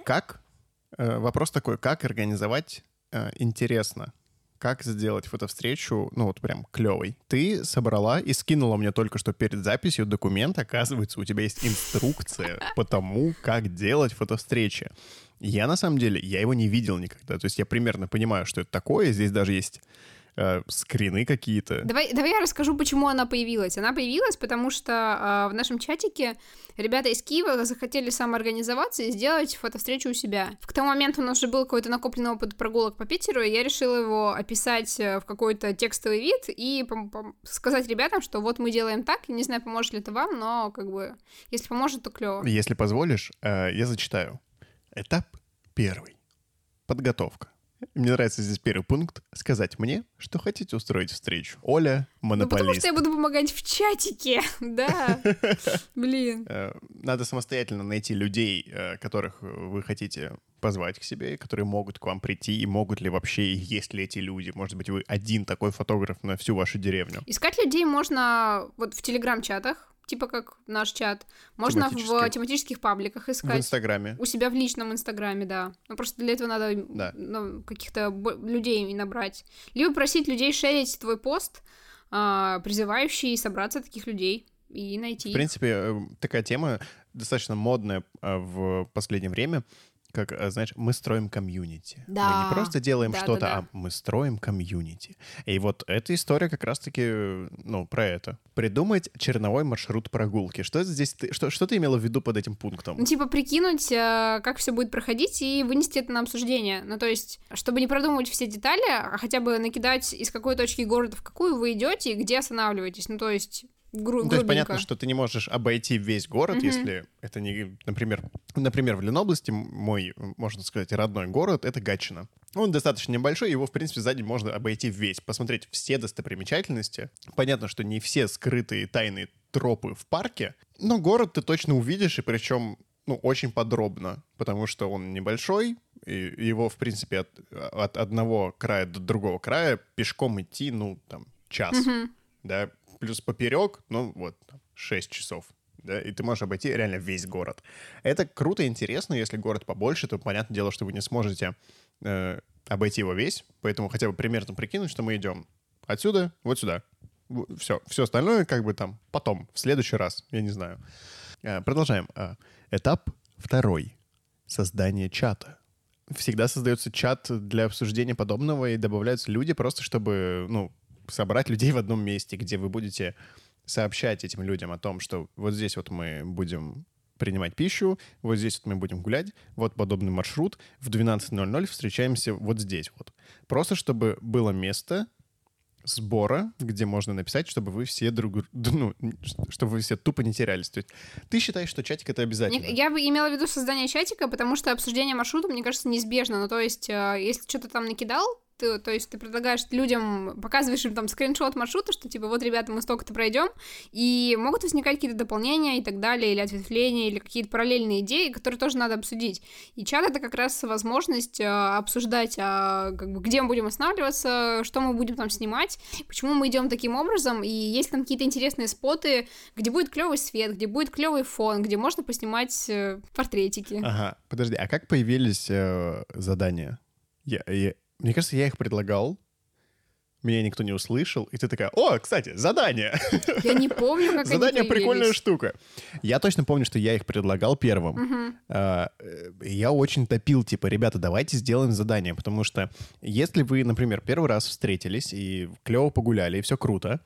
вопрос такой, как организовать интересно? Как сделать фотовстречу, ну вот прям клевой. Ты собрала и скинула мне только что перед записью документ. Оказывается, у тебя есть инструкция по тому, как делать фотовстречи. Я, на самом деле, я его не видел никогда. То есть я примерно понимаю, что это такое. Здесь даже есть скрины какие-то.
Давай я расскажу, почему она появилась. Она появилась, потому что в нашем чатике ребята из Киева захотели самоорганизоваться и сделать фотовстречу у себя. К тому моменту у нас уже был какой-то накопленный опыт прогулок по Питеру, и я решила его описать в какой-то текстовый вид и сказать ребятам, что вот мы делаем так, и не знаю, поможет ли это вам, но как бы если поможет, то клево.
Если позволишь, я зачитаю. Этап 1. Подготовка. Мне нравится здесь первый пункт. Сказать мне, что хотите устроить встречу. Оля — монополист.
Ну, потому что я буду помогать в чатике, да. Блин.
Надо самостоятельно найти людей, которых вы хотите позвать к себе, которые могут к вам прийти, и могут ли вообще, и есть ли эти люди. Может быть, вы один такой фотограф на всю вашу деревню.
Искать людей можно вот в телеграм-чатах, типа как наш чат. Можно в тематических пабликах искать.
В Инстаграме.
У себя в личном Инстаграме, да. Но просто для этого надо каких-то людей набрать. Либо просить людей шерить твой пост, призывающий собраться таких людей и найти.
В принципе, такая тема достаточно модная в последнее время. Как, знаешь, мы строим комьюнити.
Да.
Мы не просто делаем что-то,
да.
а мы строим комьюнити. И вот эта история как раз-таки, про это. Придумать черновой маршрут прогулки. Что здесь что ты имела в виду под этим пунктом?
Ну, типа прикинуть, как все будет проходить, и вынести это на обсуждение. Ну, то есть, чтобы не продумывать все детали, а хотя бы накидать, из какой точки города в какую вы идете и где останавливаетесь. Ну, то есть...
То есть понятно, что ты не можешь обойти весь город, если это не... Например, в Ленобласти мой, можно сказать, родной город — это Гатчина. Он достаточно небольшой, его, в принципе, за день можно обойти весь, посмотреть все достопримечательности. Понятно, что не все скрытые тайные тропы в парке, но город ты точно увидишь, и причем, очень подробно, потому что он небольшой, и его, в принципе, от одного края до другого края пешком идти, час, да, плюс поперек, 6 часов, да, и ты можешь обойти реально весь город. Это круто и интересно. Если город побольше, то понятное дело, что вы не сможете обойти его весь, поэтому хотя бы примерно прикинуть, что мы идем отсюда вот сюда. Все остальное как бы там потом, в следующий раз, я не знаю. Продолжаем. Этап 2. Создание чата. Всегда создается чат для обсуждения подобного, и добавляются люди просто, чтобы, собрать людей в одном месте, где вы будете сообщать этим людям о том, что вот здесь вот мы будем принимать пищу, вот здесь вот мы будем гулять, вот подобный маршрут, в 12:00 встречаемся вот здесь вот. Просто чтобы было место сбора, где можно написать, чтобы вы все чтобы вы все тупо не терялись. То есть ты считаешь, что чатик — это обязательно?
Я бы имела в виду создание чатика, потому что обсуждение маршрута, мне кажется, неизбежно. Ну, то есть, если что-то там накидал, то есть ты предлагаешь людям, показываешь им там скриншот маршрута, что типа вот, ребята, мы столько-то пройдем, и могут возникать какие-то дополнения и так далее, или ответвления, или какие-то параллельные идеи, которые тоже надо обсудить. И чат — это как раз возможность обсуждать, где мы будем останавливаться, что мы будем там снимать, почему мы идем таким образом, и есть там какие-то интересные споты, где будет клевый свет, где будет клевый фон, где можно поснимать портретики.
Ага, подожди, а как появились задания? Мне кажется, я их предлагал, меня никто не услышал, и ты такая: о, кстати, задание!
Я не помню, как они
Задание —
появились.
прикольная штука. Я точно помню, что я их предлагал первым. Я очень топил, типа, ребята, давайте сделаем задание, потому что если вы, например, первый раз встретились и клево погуляли, и все круто,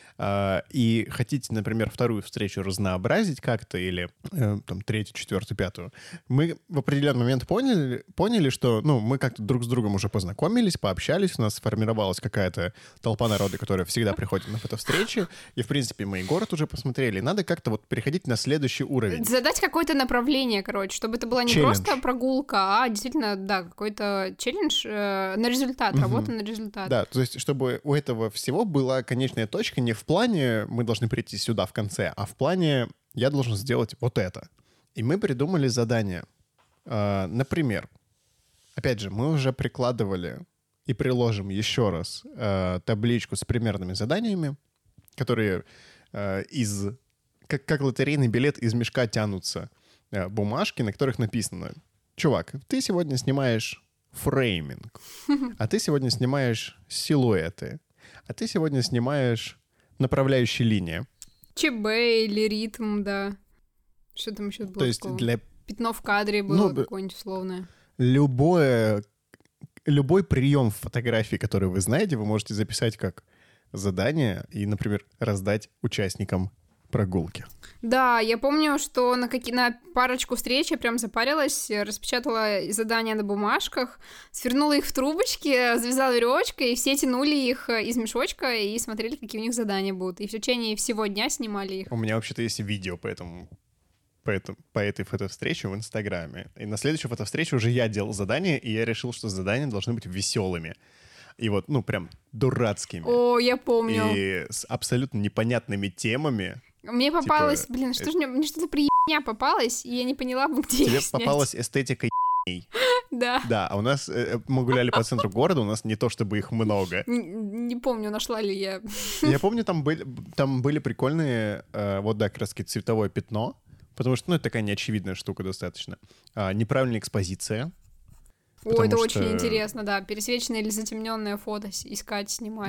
и хотите, например, вторую встречу разнообразить как-то, или там третью, четвертую, пятую, мы в определенный момент поняли, что, мы как-то друг с другом уже познакомились, пообщались, у нас сформировалась какая-то толпа народа, которая всегда приходит на фотовстречи, и, в принципе, мы и город уже посмотрели, надо как-то вот переходить на следующий уровень.
Задать какое-то направление, короче, чтобы это была не просто прогулка, а действительно, да, какой-то челлендж на результат, работа на результат.
Да, то есть чтобы у этого всего была конечная точка не в плане «мы должны прийти сюда в конце», а в плане «я должен сделать вот это». И мы придумали задание. Например, опять же, мы уже прикладывали и приложим еще раз табличку с примерными заданиями, которые как лотерейный билет из мешка тянутся бумажки, на которых написано: чувак, ты сегодня снимаешь фрейминг, а ты сегодня снимаешь силуэты, а ты сегодня снимаешь направляющие линии.
ЧБ или ритм, да. Что там еще было?
То есть для...
Пятно в кадре было какое-нибудь условное.
Любой прием фотографии, который вы знаете, вы можете записать как задание и, например, раздать участникам прогулки.
Да, я помню, что на парочку встреч я прям запарилась, распечатала задания на бумажках, свернула их в трубочки, завязала веревочкой, и все тянули их из мешочка и смотрели, какие у них задания будут. И в течение всего дня снимали их.
У меня вообще-то есть видео по этой фотовстрече в Инстаграме. И на следующую фотовстречу уже я делал задания, и я решил, что задания должны быть веселыми. И вот, прям дурацкими.
О, я помню.
И с абсолютно непонятными темами.
Мне попалось, мне что-то приебня попалось, и я не поняла, где
тебе
их снять.
Попалась эстетика
Да.
Да, а у нас, мы гуляли по центру города, у нас не то чтобы их много.
Не помню, нашла ли я.
Я помню, там были прикольные, вот да, как раз цветовое пятно, потому что, это такая неочевидная штука достаточно. Неправильная экспозиция.
О, это очень интересно, да. Пересвеченное или затемненное фото искать, снимать,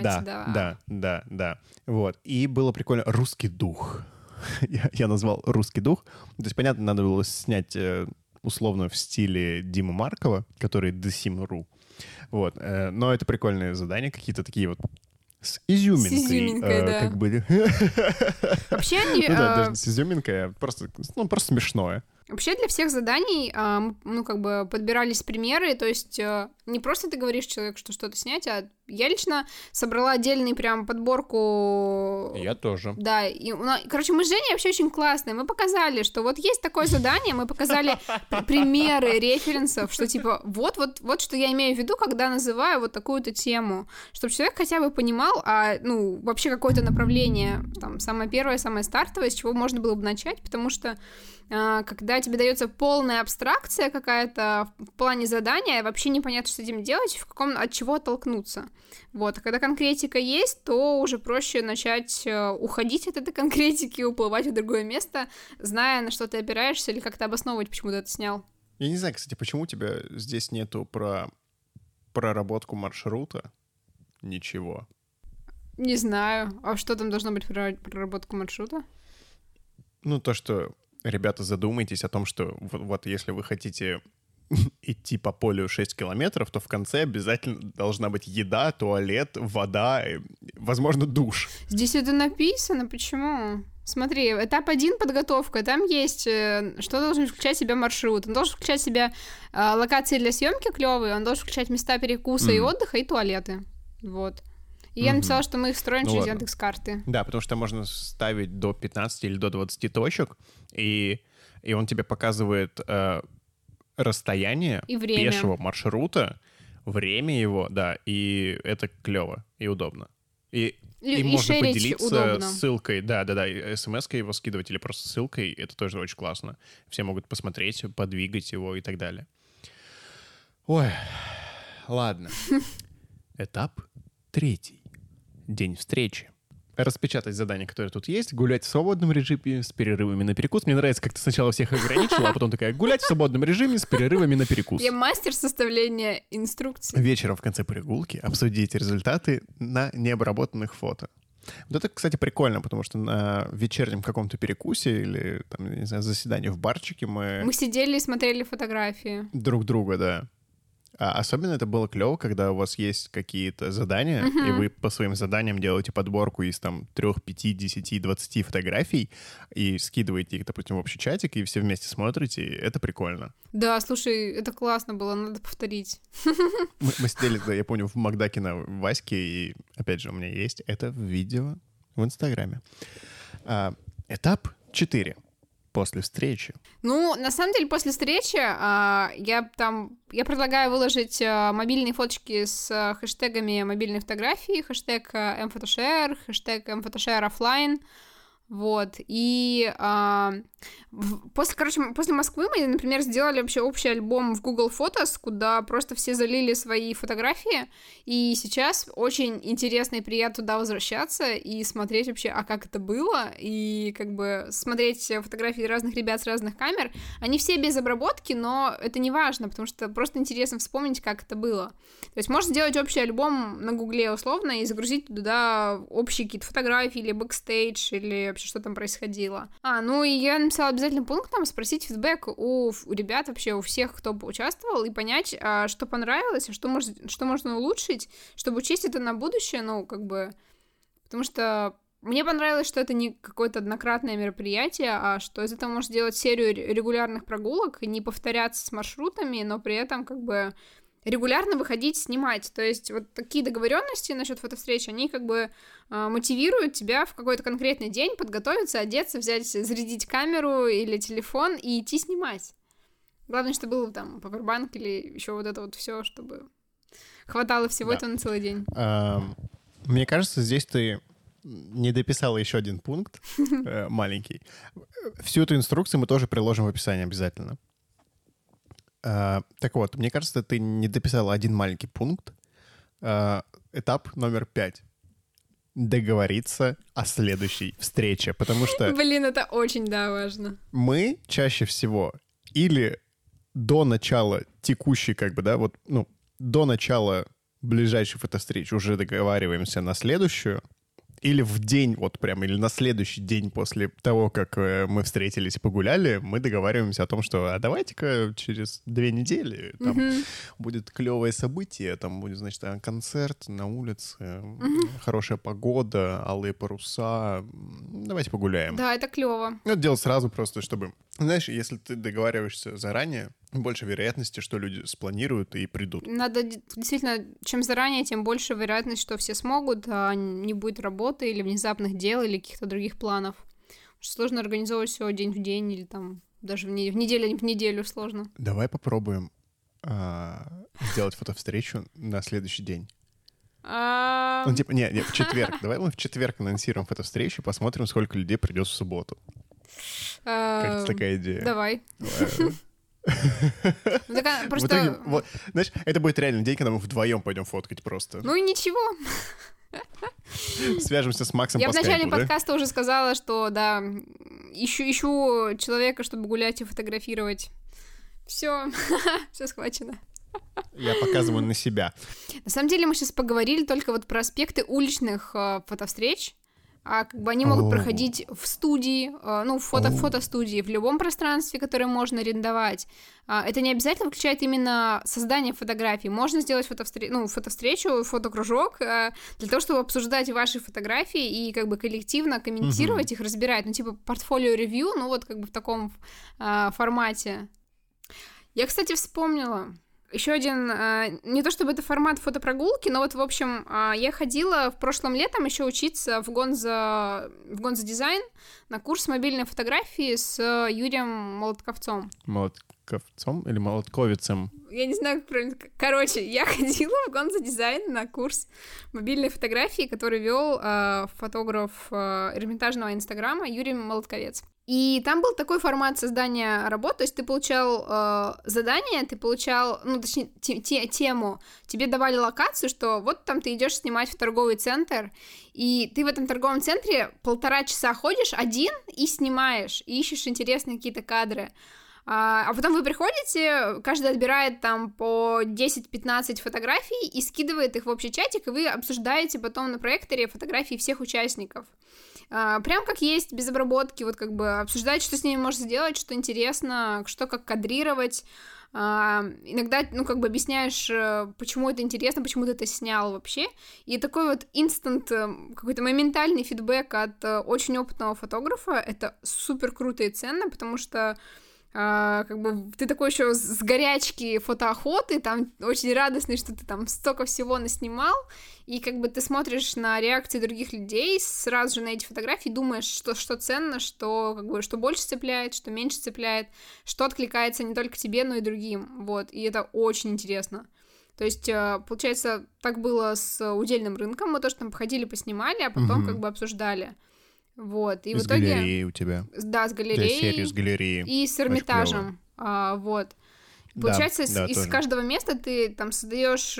Да. Вот. И было прикольно. Русский дух. Я назвал русский дух. То есть, понятно, надо было снять условно в стиле Димы Маркова, который Десим.ру. Вот. Но это прикольные задания, какие-то такие вот с изюминкой.
С изюминкой, да.
Как бы.
Вообще они...
даже не с изюминкой, а просто смешное.
Вообще для всех заданий, подбирались примеры, то есть не просто ты говоришь человеку, что что-то снять, а я лично собрала отдельный прям подборку...
Я тоже.
Да, короче, мы с Женей вообще очень классные, мы показали, что вот есть такое задание, мы показали примеры референсов, что типа вот что я имею в виду, когда называю вот такую-то тему, чтобы человек хотя бы понимал, вообще какое-то направление, там, самое первое, самое стартовое, с чего можно было бы начать, потому что когда тебе дается полная абстракция какая-то в плане задания, вообще непонятно, что с этим делать, от чего оттолкнуться. Вот, а когда конкретика есть, то уже проще начать уходить от этой конкретики, уплывать в другое место, зная, на что ты опираешься, или как-то обосновывать, почему ты это снял.
Я не знаю, кстати, почему у тебя здесь нету про проработку маршрута ничего.
Не знаю. А что там должно быть про проработку маршрута?
Ну, то, что, ребята, задумайтесь о том, что вот если вы хотите идти по полю 6 километров, то в конце обязательно должна быть еда, туалет, вода, возможно, душ.
Здесь это написано, почему? Смотри, этап 1 — подготовка. Там есть, что должен включать в себя маршрут. Он должен включать в себя локации для съемки клевые, он должен включать места перекуса и отдыха, и туалеты. Вот. И я написала, что мы их строим через Яндекс.Карты.
Да, потому что можно ставить до 15 или до 20 точек, и он тебе показывает расстояние
и время
пешего маршрута, время его, да, и это клево и удобно. И можно поделиться
удобно.
ссылкой, да, смс-кой его скидывать или просто ссылкой, это тоже очень классно. Все могут посмотреть, подвигать его и так далее. Ой, ладно. Этап 3. День встречи. Распечатать задания, которые тут есть, гулять в свободном режиме с перерывами на перекус. Мне нравится, как ты сначала всех ограничила, а потом такая: гулять в свободном режиме с перерывами на перекус.
Я мастер составления инструкций.
Вечером в конце прогулки обсудите результаты на необработанных фото. Вот это, кстати, прикольно, потому что на вечернем каком-то перекусе или, там, не знаю, заседании в барчике мы
сидели и смотрели фотографии.
Друг друга, да. А особенно это было клево, когда у вас есть какие-то задания, и вы по своим заданиям делаете подборку из там 3, 5, 10, 20 фотографий и скидываете их, допустим, в общий чатик, и все вместе смотрите, и это прикольно.
Да, слушай, это классно было, надо повторить.
Мы сидели, да, я помню, в Макдаке на Ваське, и, опять же, у меня есть это видео в Инстаграме. Этап 4. После встречи.
Ну, на самом деле, после встречи я предлагаю выложить мобильные фоточки с хэштегами мобильной фотографии, хэштег mPhotoshare, хэштег mPhotoshare offline. Вот, и после Москвы мы, например, сделали вообще общий альбом в Google Photos, куда просто все залили свои фотографии, и сейчас очень интересно и приятно туда возвращаться и смотреть вообще, как это было, и как бы смотреть фотографии разных ребят с разных камер. Они все без обработки, но это не важно, потому что просто интересно вспомнить, как это было. То есть можно сделать общий альбом на Гугле условно и загрузить туда общие какие-то фотографии или бэкстейдж, или вообще что там происходило. Ну и я написала обязательный пункт там спросить фидбэк у ребят, вообще у всех, кто поучаствовал, и понять, что понравилось, что можно улучшить, чтобы учесть это на будущее, ну, как бы, потому что мне понравилось, что это не какое-то однократное мероприятие, а что из этого можно сделать серию регулярных прогулок и не повторяться с маршрутами, но при этом как бы регулярно выходить, снимать. То есть вот такие договоренности насчет фотовстреч, они как бы мотивируют тебя в какой-то конкретный день подготовиться, одеться, зарядить камеру или телефон и идти снимать. Главное, чтобы был там павербанк или еще вот это вот все, чтобы хватало всего этого на целый день.
Мне кажется, здесь ты не дописала еще один пункт маленький. Всю эту инструкцию мы тоже приложим в описании обязательно. Так вот, мне кажется, ты не дописала один маленький пункт. Этап номер 5. Договориться о следующей встрече, потому что...
Блин, это очень, да, важно.
Мы чаще всего или до начала текущей, как бы, да, вот, ну, до начала ближайшей фотовстречи уже договариваемся на следующую, или в день, вот прям, или на следующий день после того, как мы встретились и погуляли, мы договариваемся о том, что давайте-ка через 2 недели там будет клевое событие, там будет, значит, концерт на улице, хорошая погода, алые паруса, давайте погуляем.
Да, это клево.
Это делать сразу просто, чтобы... Знаешь, если ты договариваешься заранее, больше вероятности, что люди спланируют и придут.
Надо действительно, чем заранее, тем больше вероятность, что все смогут, а не будет работы или внезапных дел, или каких-то других планов. Сложно организовывать все день в день, или там даже в неделю в неделю сложно.
Давай попробуем сделать фотовстречу на следующий день. Ну, типа, не, в четверг. Давай мы в четверг анонсируем фотовстречу, посмотрим, сколько людей придет в субботу. Как такая идея.
Давай.
В итоге, вот, знаешь, это будет реально день, когда мы вдвоем пойдем фоткать просто.
Ну и ничего.
Свяжемся с Максом
по скайпу, да? Я в начале
да?
подкаста уже сказала, что, да, ищу человека, чтобы гулять и фотографировать. Все схвачено.
Я показываю на себя.
На самом деле мы сейчас поговорили только вот про аспекты уличных фотовстреч, а как бы они могут проходить в студии, ну, в фотостудии, в любом пространстве, которое можно арендовать. Это не обязательно включает именно создание фотографий. Можно сделать фотовстречу, фотокружок для того, чтобы обсуждать ваши фотографии и как бы коллективно комментировать их, разбирать. Ну, типа портфолио-ревью, ну, вот как бы в таком формате. Я, кстати, вспомнила... Еще один, не то чтобы это формат фотопрогулки, но вот, в общем, я ходила в прошлом летом еще учиться в Гонза Дизайн на курс мобильной фотографии с Юрием Молотковцом.
Молотковцом или Молотковицем?
Я не знаю, как правильно. Короче, я ходила в Гонза Дизайн на курс мобильной фотографии, который вел фотограф Эрмитажного Инстаграма Юрий Молотковец. И там был такой формат создания работ, то есть ты получал задание, ты получал, ну, точнее, тему, тебе давали локацию, что вот там ты идешь снимать в торговый центр, и ты в этом торговом центре 1,5 часа ходишь один и снимаешь, и ищешь интересные какие-то кадры. А потом вы приходите, каждый отбирает там по 10-15 фотографий и скидывает их в общий чатик, и вы обсуждаете потом на проекторе фотографии всех участников. Прям как есть, без обработки, вот как бы обсуждать, что с ними можно сделать, что интересно, что как кадрировать. Иногда, ну, как бы объясняешь, почему это интересно, почему ты это снял вообще. И такой вот инстант, какой-то моментальный фидбэк от очень опытного фотографа, это супер круто и ценно, потому что как бы ты такой еще с горячки фотоохоты, там очень радостный, что ты там столько всего наснимал, и как бы ты смотришь на реакции других людей сразу же на эти фотографии, думаешь, что ценно, что как бы что больше цепляет, что меньше цепляет, что откликается не только тебе, но и другим, вот, и это очень интересно. То есть, получается, так было с удельным рынком, мы тоже там походили, поснимали, а потом как бы обсуждали. Вот, и в итоге...
С галереей у тебя.
Да, с галереей.
Серию с галереей.
И с Эрмитажем. Вот. Получается, из каждого места ты там создаешь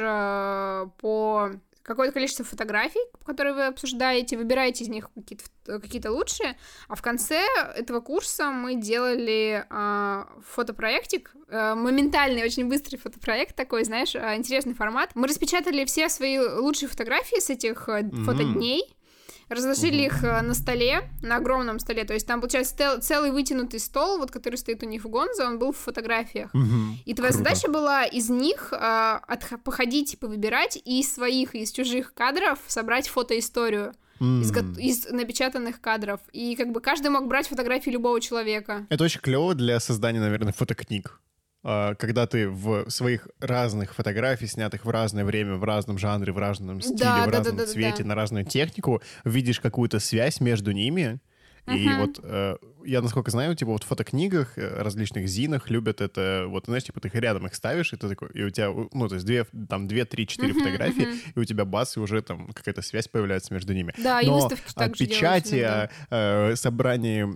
по какое-то количество фотографий, которые вы обсуждаете, выбираете из них какие-то лучшие, а в конце этого курса мы делали фотопроектик, моментальный, очень быстрый фотопроект такой, знаешь, интересный формат. Мы распечатали все свои лучшие фотографии с этих фотодней, разложили их на столе, на огромном столе, то есть там, получается, целый вытянутый стол, вот, который стоит у них в Гонзо, он был в фотографиях. И твоя задача была из них походить и повыбирать, и из своих, и из чужих кадров собрать фотоисторию. Из напечатанных кадров. И как бы каждый мог брать фотографии любого человека.
Это очень клево для создания, наверное, фотокниг. Когда ты в своих разных фотографиях, снятых в разное время, в разном жанре, в разном стиле, в разном цвете, на разную технику, видишь какую-то связь между ними. И вот я, насколько знаю, типа вот в фотокнигах, различных зинах любят это, вот, знаешь, типа ты рядом их ставишь, и ты такой, и у тебя, ну, то есть 2, 3, 4 фотографии, и у тебя бац, и уже там какая-то связь появляется между ними.
Да, и выставки так же делают.
О печати,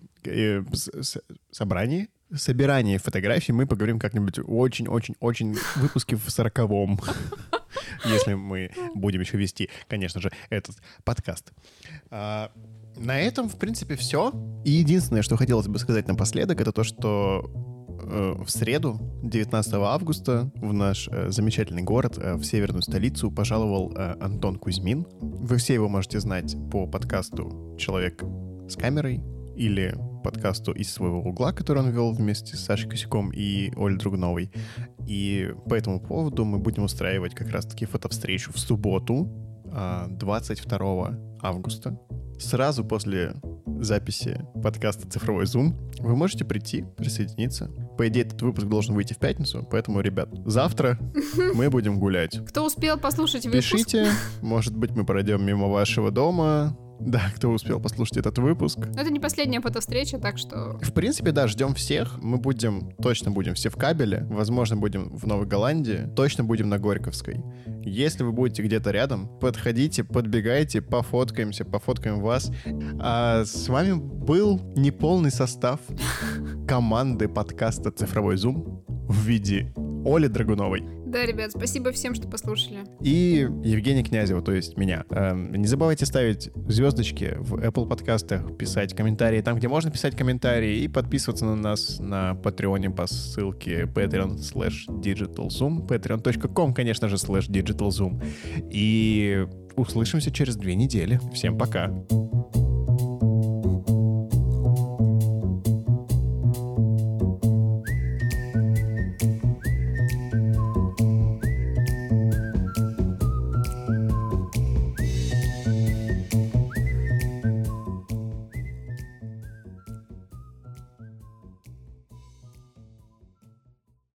собирании фотографий мы поговорим как-нибудь очень-очень-очень в выпуске в 40-м, если мы будем еще вести, конечно же, этот подкаст. На этом, в принципе, все. И единственное, что хотелось бы сказать напоследок, это то, что в среду, 19 августа, в наш замечательный город, в северную столицу, пожаловал Антон Кузьмин. Вы все его можете знать по подкасту «Человек с камерой» или подкасту «Из своего угла», который он вел вместе с Сашей Косяком и Олей Другновой. И по этому поводу мы будем устраивать как раз-таки фотовстречу в субботу, 22 августа. Сразу после записи подкаста «Цифровой зум» вы можете прийти, присоединиться. По идее, этот выпуск должен выйти в пятницу, поэтому, ребят, завтра мы будем гулять.
Кто успел послушать выпуск?
Пишите, может быть, мы пройдем мимо вашего дома. Да, кто успел послушать этот выпуск.
Но это не последняя фотовстреча, так что...
В принципе, да, ждем всех. Мы точно будем все в Кабеле. Возможно, будем в Новой Голландии. Точно будем на Горьковской. Если вы будете где-то рядом, подходите, подбегайте, пофоткаемся, пофоткаем вас. А с вами был неполный состав команды подкаста «Цифровой зум» в виде Оли Драгуновой,
Да, ребят, спасибо всем, что послушали.
И Евгения Князева, то есть меня. Не забывайте ставить звездочки в Apple подкастах, писать комментарии там, где можно писать комментарии, и подписываться на нас на Патреоне по ссылке patreon.com/digitalzoom, patreon.com, конечно же, /digitalzoom. И услышимся через 2 недели. Всем пока.